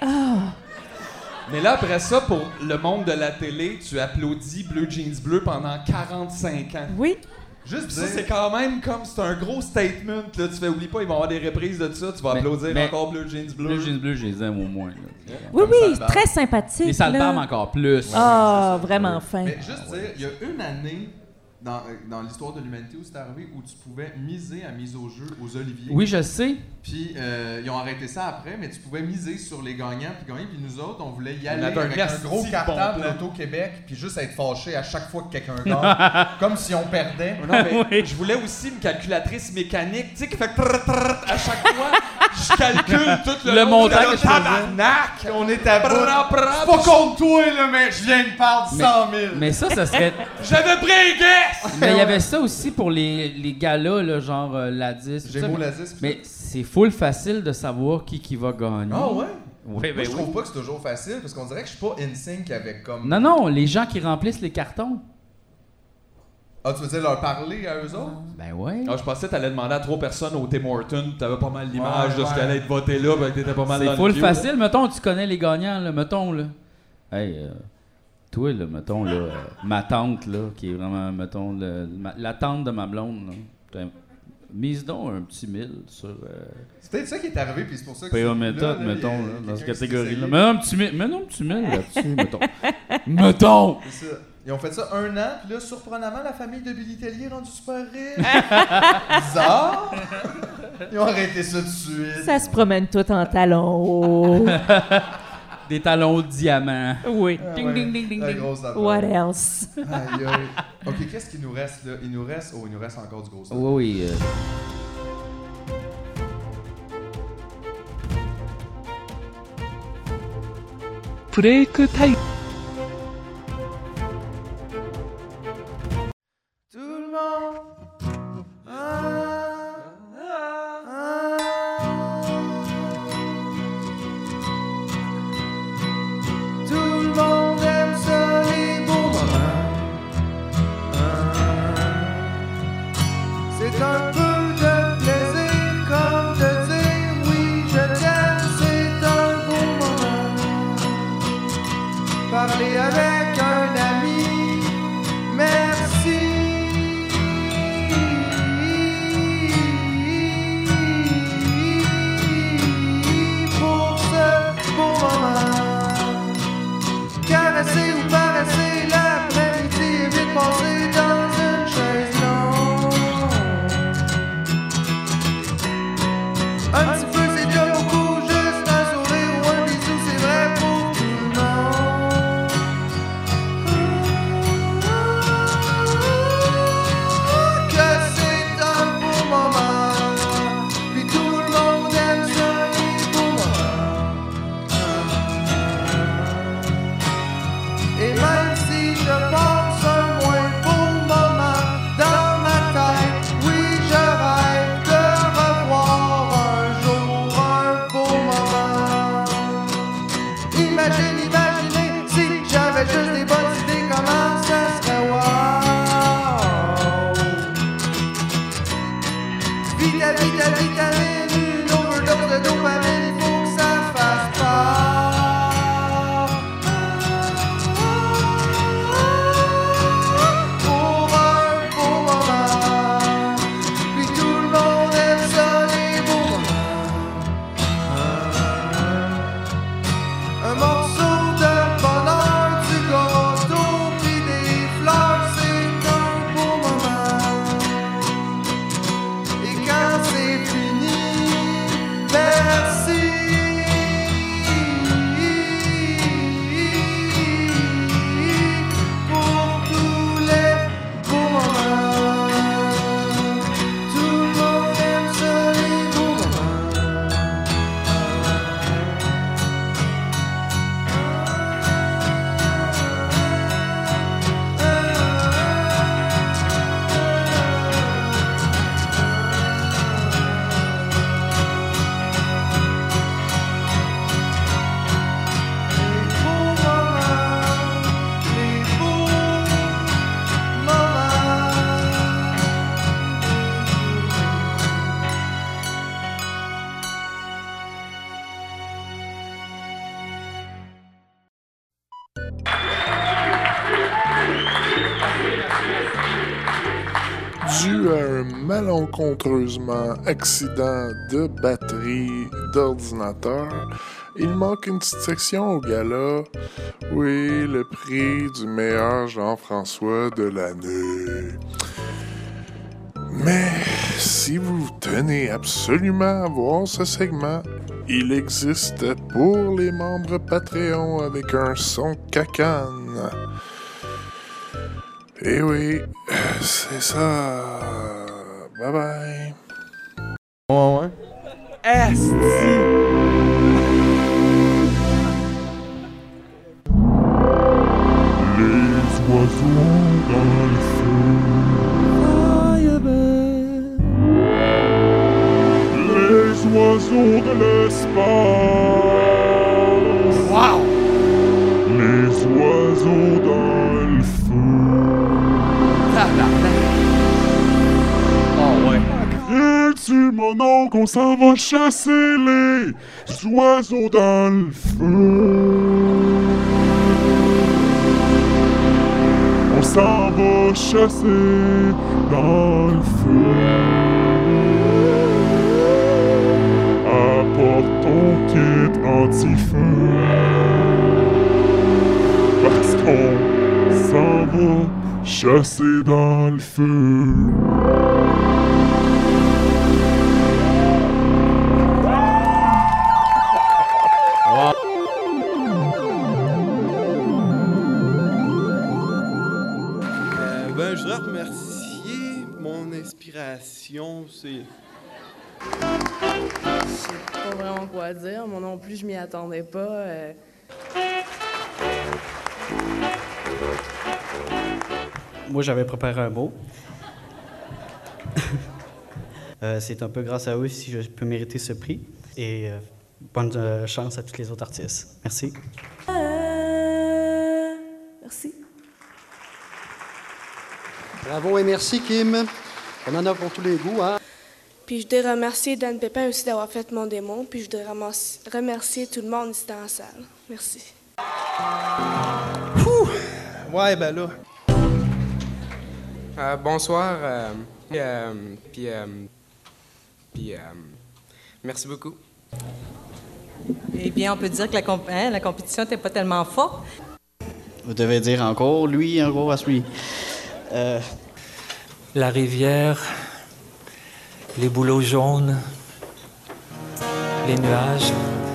Mais là, après ça, pour le monde de la télé, tu applaudis Bleu Jeans Bleu pendant 45 ans. Oui. Juste ça, dire- c'est quand même comme, c'est un gros statement. Là. Tu fais, oublie pas, ils vont avoir des reprises de ça. Tu vas applaudir encore Bleu Jeans Bleu. Bleu Jeans Bleu, je les aime au moins. Là. Oui, Comme oui, Salbarbe. très sympathique. Les Salbarbe là. encore plus. Ah, vraiment fin. Mais juste dire, il y a une année dans l'histoire de l'humanité où c'est arrivé où tu pouvais miser à mise au jeu aux Oliviers. Oui, je sais. Puis ils ont arrêté ça après, mais tu pouvais miser sur les gagnants puis gagner. Puis nous autres, on voulait y aller avait un avec un asti gros de cartable bon plan. d'Auto-Québec puis juste être fâché à chaque fois que quelqu'un gagne, comme si on perdait. Non, mais je voulais aussi une calculatrice mécanique, tu sais, qui fait trrr, trrr, à chaque fois. Je calcule tout Le montant que je faisais. Tabarnak! On est à bout. C'est pas contre toi, là, mais je viens de perdre 100 000. Mais ça serait. J'avais pris un guess! Mais il y avait ça aussi pour les galas, là, genre Ladis. tout ça. Gémeaux Ladis, Mais c'est full facile de savoir qui va gagner. Ah ouais? Oui, Moi, ben je oui. trouve pas que c'est toujours facile parce qu'on dirait que je suis pas in sync avec comme. Non, non, les gens qui remplissent les cartons. Ah, tu veux dire leur parler à eux autres? Ben ouais. Ah, je pensais que t'allais demander à 3 personnes au Tim Hortons, t'avais pas mal l'image Ouais, de ce qui allait être voté là, ben t'étais pas mal dans C'est le full queue, facile. Mettons, tu connais les gagnants, là. Mettons, là. Hey, toi, là, mettons, là, ma tante, là, qui est vraiment, mettons, la tante de ma blonde, là. Mise donc un petit 1000 sur. C'est peut-être ça qui est arrivé, puis c'est pour ça que. PA c'est- méthode, là, mettons, il y a là, dans cette quelqu'un qui s'est catégorie-là. essayé. Mais non, un petit 1000, mais non, un petit 1000 là-dessus, mettons. Mettons! C'est ça. Ils ont fait ça 1 an, puis là, surprenamment, la famille de Billy Tellier est rendue super riche. Bizarre! Ils ont arrêté ça tout de suite. Ça se promène tout en talons. Des talons de diamant. Oui. Ah Ding, ouais. ding, ding, ding, La ding. grosse affaire. What else? Aïe, aïe. Ok, qu'est-ce qu'il nous reste là? Il nous reste encore du gros stuff. Oui, oui. 브레이크 타임. Tout le monde. Tout le monde aime ça, les beaux moments. C'est un peu de plaisir comme de dire oui, je t'aime, c'est un beau moment. Parler avec un ami, merci. Pour ce beau moment. Caresser ou paresser l'après-midi et vite passer dans une chaise longue. Un petit peu c'est déjà beaucoup, juste un sourire ou un bisou, c'est vrai pour tout le monde. Que c'est un beau moment, puis tout le monde aime ça, les beaux moments. Et même si je passe un moins beau moment dans ma tête, oui, je rêve de revoir un jour Dû à un malencontreusement accident de batterie d'ordinateur, il manque une petite section au gala. Oui, le prix du meilleur Jean-François de l'année. Mais si vous tenez absolument à voir ce segment, il existe pour les membres Patreon avec un son cacane. Eh oui, c'est ça. Bye bye. Ouais. Esti! Les oiseaux dans le feu. Les oiseaux de l'espace. Wow! Les oiseaux dans le feu. Oh ouais. Crie-tu mon nom qu'on s'en va chasser les oiseaux dans le feu? On s'en va chasser dans le feu. Apporte ton kit anti-feu. Parce qu'on s'en va chasser dans le feu. Je voudrais remercier mon inspiration, c'est... Je sais pas vraiment quoi dire. Moi non plus, je m'y attendais pas. Moi, j'avais préparé un mot. C'est un peu grâce à eux si je peux mériter ce prix. Et bonne chance à tous les autres artistes. Merci. Merci. Bravo et merci, Kim. On en a pour tous les goûts, hein? Puis je voudrais remercier Dan Pépin aussi d'avoir fait mon démon. Puis je voudrais remercier tout le monde ici dans la salle. Merci. Ouais, ben là. Bonsoir. Merci beaucoup. Eh bien, on peut dire que la compétition n'était pas tellement forte. Vous devez dire encore lui, encore à celui. La rivière, les bouleaux jaunes, les nuages.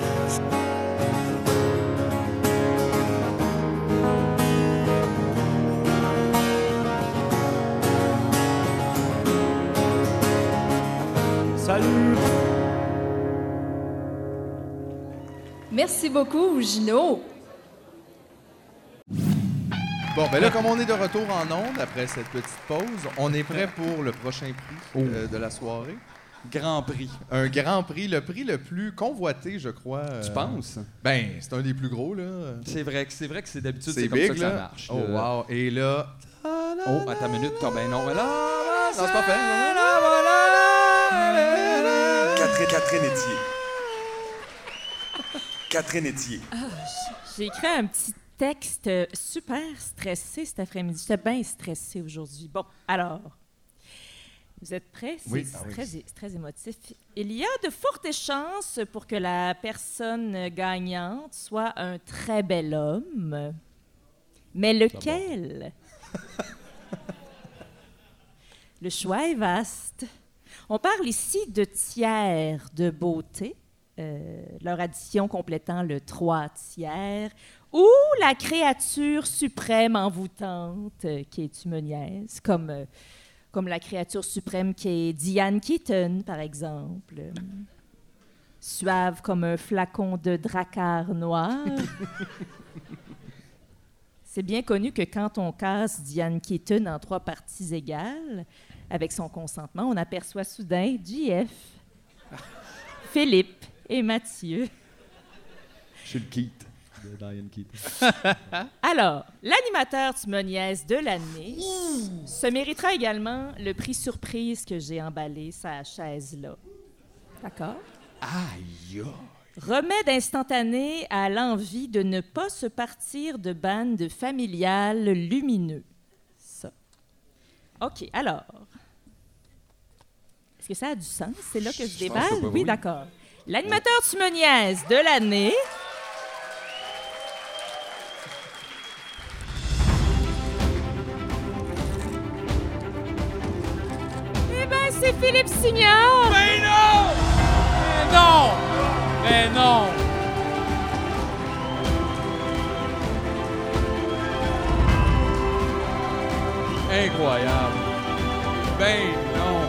Salut! Merci beaucoup, Gino. Bon, ben là, comme on est de retour en ondes après cette petite pause, on est prêt pour le prochain prix de la soirée. Grand prix. Un grand prix, le prix le plus convoité, je crois. Tu penses? Ben, c'est un des plus gros, là. C'est vrai que c'est d'habitude, c'est comme big, ça que là. ça marche. Oh, wow. Et là... Oh, attends une minute. Ben non, mais là... Non, c'est pas fait. Catherine Etier. Catherine Etier. J'ai écrit un petit texte super stressé cet après-midi. J'étais bien stressée aujourd'hui. Bon, alors, vous êtes prêts? Oui. C'est très émotif. Il y a de fortes chances pour que la personne gagnante soit un très bel homme. Mais lequel? Le choix est vaste. On parle ici de tiers de beauté, leur addition complétant le 3 tiers, ou la créature suprême envoûtante qui est une niaise, comme la créature suprême qui est Diane Keaton, par exemple. Suave comme un flacon de dracar noir. C'est bien connu que quand on casse Diane Keaton en 3 parties égales, avec son consentement, on aperçoit soudain JF, Philippe et Mathieu. Je suis le Keith de Diane Keaton. Alors, l'animateur timoniaise de l'année se méritera également le prix surprise que j'ai emballé sa chaise-là. D'accord? Aïe! Remède instantané à l'envie de ne pas se partir de bande familiale lumineux. Ça. OK, alors, Est-ce que ça a du sens? C'est là que je pense déballe? pas, Oui, oui. d'accord. L'animateur Tu me niaises de l'année. Eh ben, c'est Philippe Signor! Mais non! Mais non! Mais non! Incroyable. Ben non.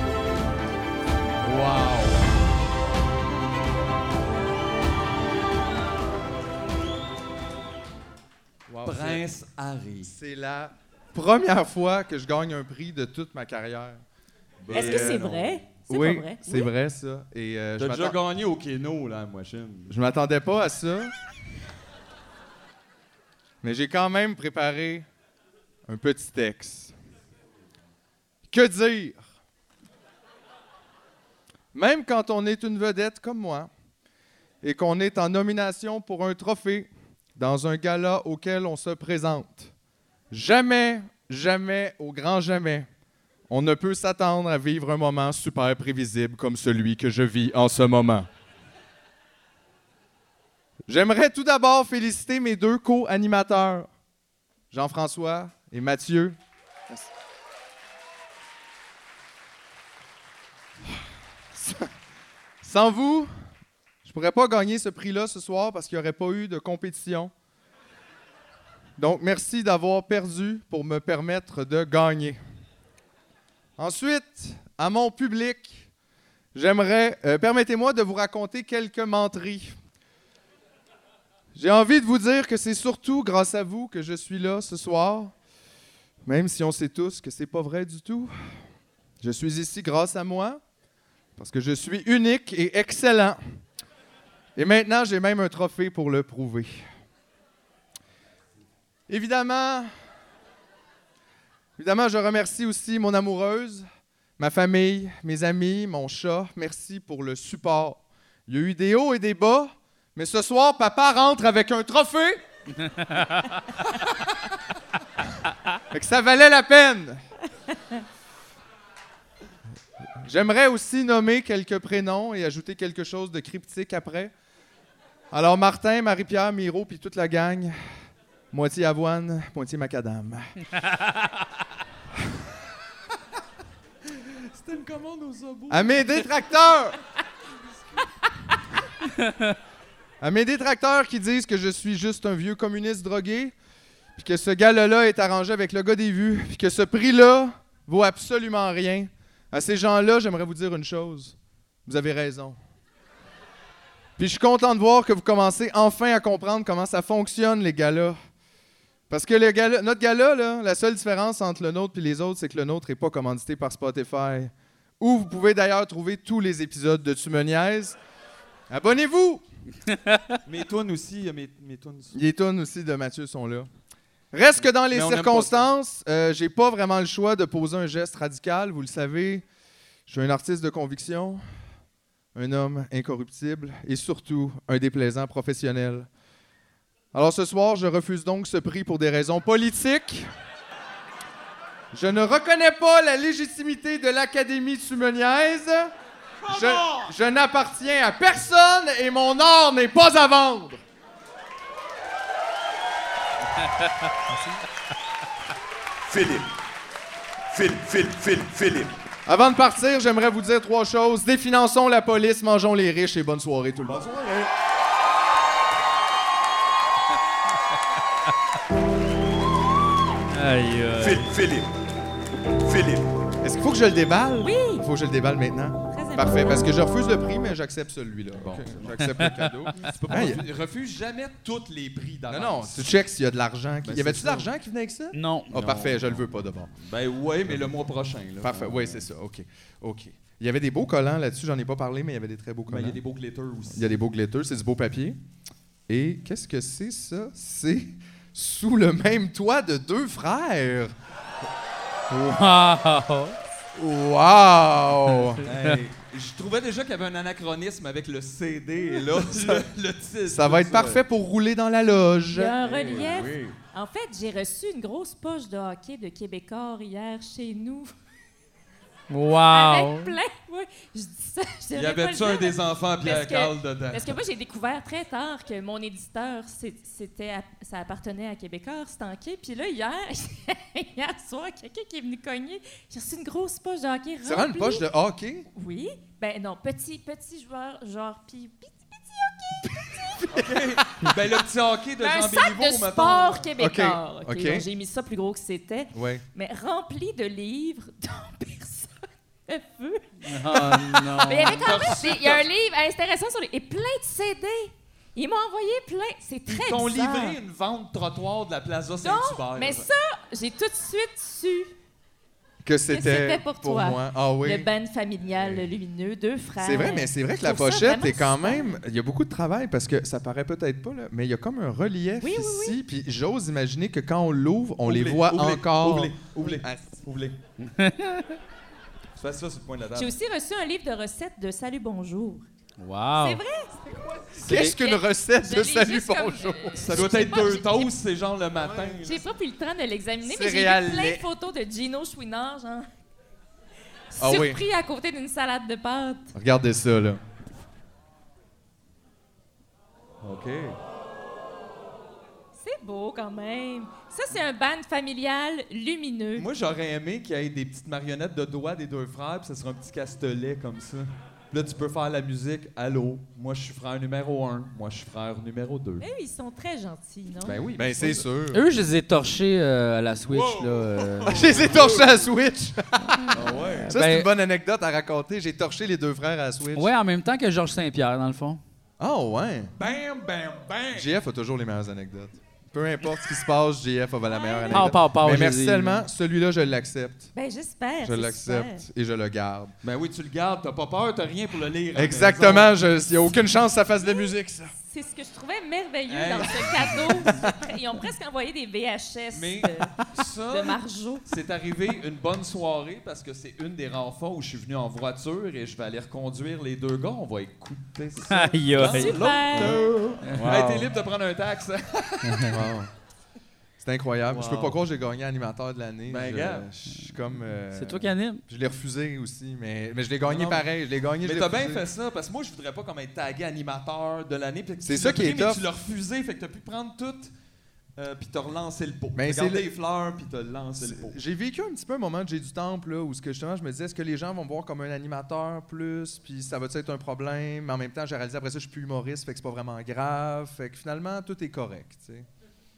Wow. Wow, Prince Harry. C'est la première fois que je gagne un prix de toute ma carrière. Est-ce que c'est vrai? C'est Oui, pas vrai? c'est Oui? vrai, ça. Et T'as déjà gagné au Keno, là, moi, Je m'attendais pas à ça. Mais j'ai quand même préparé un petit texte. Que dire? Même quand on est une vedette comme moi et qu'on est en nomination pour un trophée dans un gala auquel on se présente, jamais, jamais, au grand jamais, on ne peut s'attendre à vivre un moment super prévisible comme celui que je vis en ce moment. J'aimerais tout d'abord féliciter mes deux co-animateurs, Jean-François et Mathieu. Merci. Sans vous, je ne pourrais pas gagner ce prix-là ce soir parce qu'il n'y aurait pas eu de compétition. Donc, merci d'avoir perdu pour me permettre de gagner. Ensuite, à mon public, permettez-moi de vous raconter quelques menteries. J'ai envie de vous dire que c'est surtout grâce à vous que je suis là ce soir, même si on sait tous que c'est pas vrai du tout. Je suis ici grâce à moi, parce que je suis unique et excellent. Et maintenant, j'ai même un trophée pour le prouver. Évidemment, je remercie aussi mon amoureuse, ma famille, mes amis, mon chat. Merci pour le support. Il y a eu des hauts et des bas, mais ce soir, papa rentre avec un trophée. Fait que ça valait la peine. J'aimerais aussi nommer quelques prénoms et ajouter quelque chose de cryptique après. Alors, Martin, Marie-Pierre, Miro, puis toute la gang, moitié avoine, moitié macadam. C'était une commande aux obos. À mes détracteurs! À mes détracteurs qui disent que je suis juste un vieux communiste drogué, puis que ce gars-là est arrangé avec le gars des vues, puis que ce prix-là vaut absolument rien. À ces gens-là, j'aimerais vous dire une chose. Vous avez raison. Puis je suis content de voir que vous commencez enfin à comprendre comment ça fonctionne, les galas. Parce que notre gala, là, la seule différence entre le nôtre et les autres, c'est que le nôtre n'est pas commandité par Spotify. Où vous pouvez d'ailleurs trouver tous les épisodes de Tu me niaises. Abonnez-vous! Mes tunes aussi, mes tunes aussi. Les tunes aussi de Mathieu sont là. Reste que dans les circonstances, j'ai pas vraiment le choix de poser un geste radical. Vous le savez, je suis un artiste de conviction, un homme incorruptible et surtout un déplaisant professionnel. Alors ce soir, je refuse donc ce prix pour des raisons politiques. Je ne reconnais pas la légitimité de l'Académie Tu me niaises. Je n'appartiens à personne et mon art n'est pas à vendre. Philippe. Avant de partir, j'aimerais vous dire 3 choses. Définançons la police, mangeons les riches et bonne soirée tout le monde. Bonne soirée. Aïe. Philippe. Est-ce qu'il faut que je le déballe? Oui. Il faut que je le déballe maintenant? Très Parfait, parce que je refuse le prix, mais j'accepte celui-là. Bon. Okay. J'accepte le cadeau. Tu peux pas refuse jamais tous les prix d'avance. Non, tu checks s'il y a de l'argent. Ben, y avait-tu de l'argent qui venait avec ça? Non. Ah, parfait, je le veux pas d'abord. Ben oui, mais le mois prochain. Là, parfait, oui, c'est ça. OK. Il y avait des beaux collants là-dessus, j'en ai pas parlé, mais il y avait des très beaux collants. Ben, il y a des beaux glitters aussi. Il y a des beaux glitters, c'est du beau papier. Et qu'est-ce que c'est ça? C'est sous le même toit de 2 frères. Wow! Wow! Hey, je trouvais déjà qu'il y avait un anachronisme avec le CD et là, le titre. Ça va être parfait pour rouler dans la loge. Il y a un relief. Oui. En fait, j'ai reçu une grosse poche de hockey de Québécois hier chez nous. Wow! Avec plein. Ouais, je dis ça. Je Y devrais pas avait-tu le un dire, des mais- enfants Pierre parce que- Carl dedans? Parce que moi, j'ai découvert très tard que mon éditeur, ça appartenait à Québécois, Stanké. Puis là, hier soir, quelqu'un qui est venu cogner, j'ai reçu une grosse poche de hockey C'est vraiment une remplie. poche de hockey? Oui. Ben non, petit joueur, genre, puis Ben, le petit hockey de un Jean sac Béliveau, de mettons. sport québécois. OK, OK, OK. donc j'ai mis ça plus gros que c'était. Ouais. Mais rempli de livres dont personne ne veut. Oh non! Mais il y avait quand même il y a un livre intéressant sur les... et plein de CD. Ils m'ont envoyé plein. C'est très Ils t'ont bizarre. livré une vente trottoir de la Plaza Saint-Hubert. Non, mais ça, j'ai tout de suite su Que que c'était pour toi. moi. Ah oui. Le band familial lumineux, deux frères. C'est vrai, mais c'est vrai que Je la trouve ça pochette vraiment est quand super. même. Il y a beaucoup de travail parce que ça paraît peut-être pas, là, mais il y a comme un relief Oui, oui, ici. Puis j'ose imaginer que quand on l'ouvre, on les Ouvre-les, voit ouvre-les, encore. ouvre-les, ouvre-les, Ah, ouvre-les. Tu fais ça sur le point de la table. J'ai aussi reçu un livre de recettes de Salut Bonjour. Wow! C'est vrai? Qu'est-ce qu'une recette Je de l'ai Salut juste comme, Bonjour? Ça doit être deux toasts, c'est genre le matin. J'ai pas pris le temps de l'examiner, mais j'ai Céréales vu plein lait. de photos de Gino Chouinard, genre. Ah oui. Surpris à côté d'une salade de pâtes. Regardez ça, là. OK. C'est beau quand même. Ça, c'est un band familial lumineux. Moi, j'aurais aimé qu'il y ait des petites marionnettes de doigts des deux frères, puis ça serait un petit castelet comme ça. Là, tu peux faire la musique. Allô, moi, je suis frère numéro 1. Moi, je suis frère numéro 2. Mais eux, ils sont très gentils, non? Ben oui. Ben, c'est sûr. Eux, je les ai torchés à la Switch, là. Je les ai torchés à la Switch. Ah ouais. Ça, c'est une bonne anecdote à raconter. J'ai torché les deux frères à la Switch. Ouais, en même temps que Georges Saint-Pierre, dans le fond. Ah ouais. Bam, bam, bam. JF a toujours les meilleures anecdotes. Peu importe ce qui se passe, JF a la meilleure anecdote. Pars, Mais je merci les ai- tellement. Celui-là, je l'accepte. Ben, j'espère. Je c'est l'accepte super. et je le garde. Ben oui, tu le gardes, t'as pas peur, t'as rien pour le lire. à la Exactement. maison. Il n'y a aucune chance que ça fasse de la musique, ça. C'est ce que je trouvais merveilleux Hey. dans ce cadeau. Ils ont presque envoyé des VHS Mais ça, de Marjo. c'est arrivé une bonne soirée parce que c'est une des rares fois où je suis venu en voiture et je vais aller reconduire les deux gars. On va écouter ça. Aïe, aïe. Super! Wow. Hey, t'es libre de prendre un taxe. Wow. C'est incroyable. Wow. Je peux pas croire que j'ai gagné animateur de l'année. Ben, Je- gars. je suis comme. C'est toi qui anime. Je l'ai refusé aussi, mais je l'ai gagné Non, pareil. Je l'ai gagné. Mais je l'ai t'as bien refusé. fait ça parce que moi, je voudrais pas comme être tagué animateur de l'année. puis que C'est tu ça l'as qui est pris, mais tough. Tu l'as refusé, fait que t'as pu prendre tout. Puis t'as relancé le pot. Ben, T'as c'est gardé le- les fleurs, puis t'as lancé le pot. J'ai vécu un petit peu un moment de J'ai du Temple, là, où ce que justement, je me disais, est-ce que les gens vont me voir comme un animateur plus, puis ça va être un problème? Mais en même temps, j'ai réalisé après ça, je suis plus humoriste, fait que c'est pas vraiment grave. Fait que finalement, tout est correct, tu sais.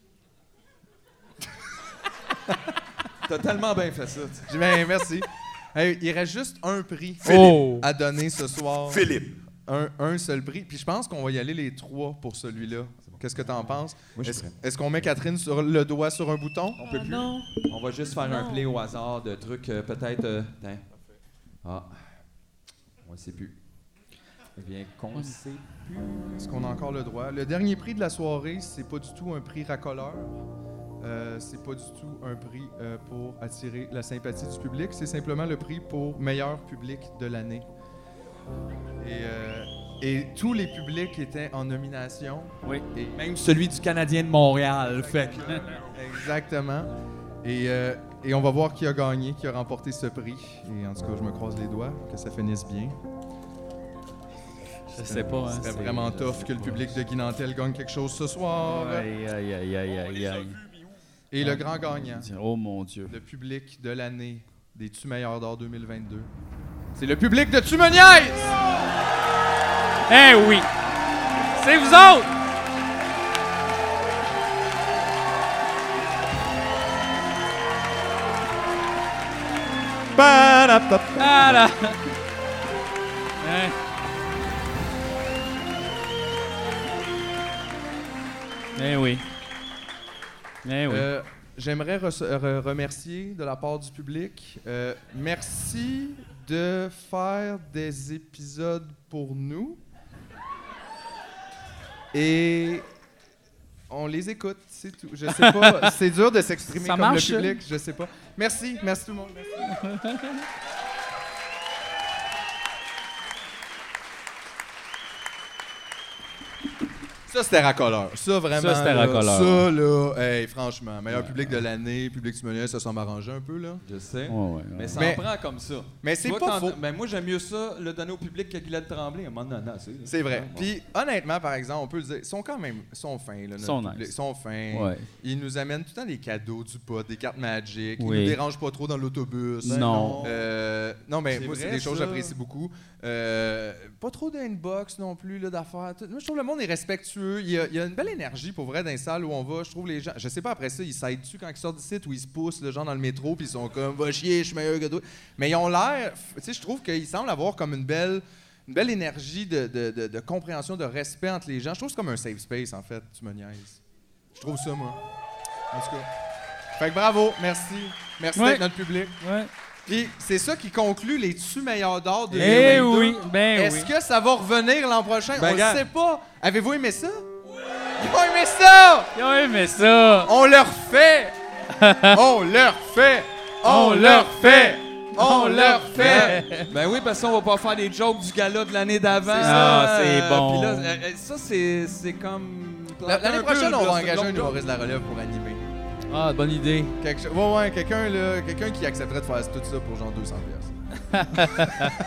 T'as tellement bien fait ça. tu sais. J'ai dit, ben, merci. Hey, il reste juste un prix Oh. à donner ce soir. Philippe. Un seul prix. Puis je pense qu'on va y aller les trois pour celui-là. Qu'est-ce que t'en penses? Moi, je suis prêt. Est-ce qu'on met Catherine sur le doigt sur un bouton? On peut plus. Non. On va juste faire un Non. play au hasard de trucs peut-être. Tiens. Ah. On ne sait plus. Eh bien, qu'on sait plus. Est-ce qu'on a encore le droit? Le dernier prix de la soirée, c'est pas du tout un prix racoleur. C'est pas du tout un prix pour attirer la sympathie du public. C'est simplement le prix pour meilleur public de l'année. Et tous les publics étaient en nomination. Oui. Et Même celui du Canadien de Montréal. Fait que. exactement. Et on va voir qui a gagné, qui a remporté ce prix. Et en tout cas, je me croise les doigts, que ça finisse bien. Je sais pas, hein. Ce serait vraiment tough que le public de Guy Nantel gagne quelque chose ce soir. Aïe, aïe, aïe, aïe, aïe, aïe. Et le grand gagnant, Oh mon Dieu. le public de l'année des Tu Meilleurs d'Or 2022, c'est le public de Tu me niaises! Eh oui! C'est vous autres! Ah là! Hein? Eh oui. Eh oui. J'aimerais remercier de la part du public. Merci de faire des épisodes pour nous. Et on les écoute, c'est tout. Je sais pas, c'est dur de s'exprimer Ça comme marche, le public, je sais pas. Merci tout le monde. Merci. Ça, c'était racoleur. Ça, vraiment. Ça, c'était là, racoleur. Ça, là, hey, franchement, meilleur public de l'année, public Simonier, ça semble arranger un peu, là. Je sais. Ouais. Mais ça Mais- en prend comme ça. Mais c'est Tu vois, pas faux. Ben, moi, j'aime mieux ça, le donner au public que Guylaine Tremblay. À un moment donné, C'est vrai. Ouais, bon. Puis, honnêtement, par exemple, on peut le dire, ils sont quand même fins, là. notre Sont public. nice. Ils sont fins. Ouais. Ils nous amènent tout le temps des cadeaux, du pot, des cartes Magic. Ils Oui. nous dérangent pas trop dans l'autobus. Non. Non, mais C'est moi, c'est vrai, des choses que ça. j'apprécie beaucoup. Pas trop d'inbox non plus, là, d'affaires. Moi, je trouve le monde est respectueux. Il y a une belle énergie, pour vrai, dans les salles où on va. Je trouve les gens... Je sais pas, après ça, ils s'aident-tu quand ils sortent d'ici ou ils se poussent, le genre, dans le métro, puis ils sont comme « Va chier, je suis meilleur que toi ». Mais ils ont l'air... Tu sais, je trouve qu'ils semblent avoir comme une belle énergie de compréhension, de respect entre les gens. Je trouve que c'est comme un safe space, en fait. Tu me niaises. Je trouve ça, moi. En tout cas. Fait que bravo, merci. Merci Ouais. d'être notre public. Ouais. Puis c'est ça qui conclut les dessus meilleurs d'or de Eh 2022. oui, ben Est-ce oui. que ça va revenir l'an prochain? Ben, On le regarde. sait pas. Avez-vous aimé ça? Ils ont aimé ça! Ils ont aimé ça! On leur fait! On leur fait! On leur fait! On leur fait! Ben oui, parce qu'on va pas faire des jokes du gala de l'année d'avant. Ah, c'est bon. Puis là, ça, c'est comme... L'année un peu, prochaine, on là, va c'est engager un l'autre joke. humoriste de la relève pour animer. Ah, bonne idée. Quelqu'un qui accepterait de faire tout ça pour genre 200 pièces.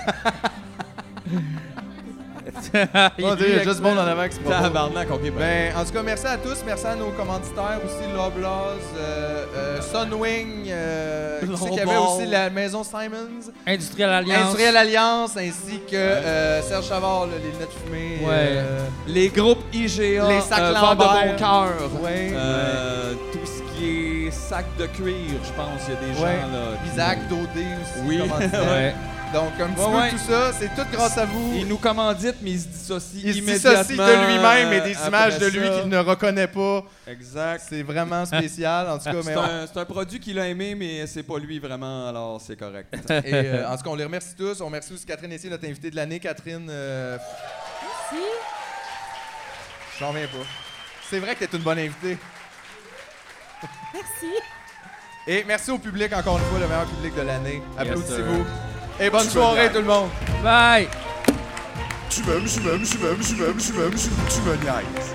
Il y a juste monde en avant qui se propose. Tabarnak, ok, Ben, en tout cas, merci à tous. Merci à nos commanditaires aussi, Loblaws, Sunwing, qui c'est qu'il y avait Loblaws. aussi la maison Simons, Industrielle Alliance. Industrielle Alliance, ainsi que Serge Chavard, là, les lunettes fumées, Ouais. Les groupes IGA, les sacs Vent de Lambert. bon cœur, Ouais. tout ce qui est sac de cuir, je pense, il y a des Ouais. gens là. qui Isaac nous- Daudé aussi, Oui. commanditaire. Ouais. Donc, un petit Ouais, peu ouais. tout ça, c'est tout grâce à vous. Il nous commandite, mais il se dissocie Il se immédiatement. dissocie de lui-même et des après images de lui ça. qu'il ne reconnaît pas. Exact. C'est vraiment spécial, en tout cas. Mais C'est un produit qu'il a aimé, mais c'est pas lui vraiment, alors c'est correct. Et en tout cas, on les remercie tous. On remercie aussi Catherine Essier, notre invitée de l'année. Catherine, Merci. j'en reviens pas. C'est vrai que t'es une bonne invitée. Merci. Et merci au public, encore une fois, le meilleur public de l'année. Applaudissez-vous. sir. Et bonne soirée, tout le monde. Bye! Tu m'aimes, tu me niaises.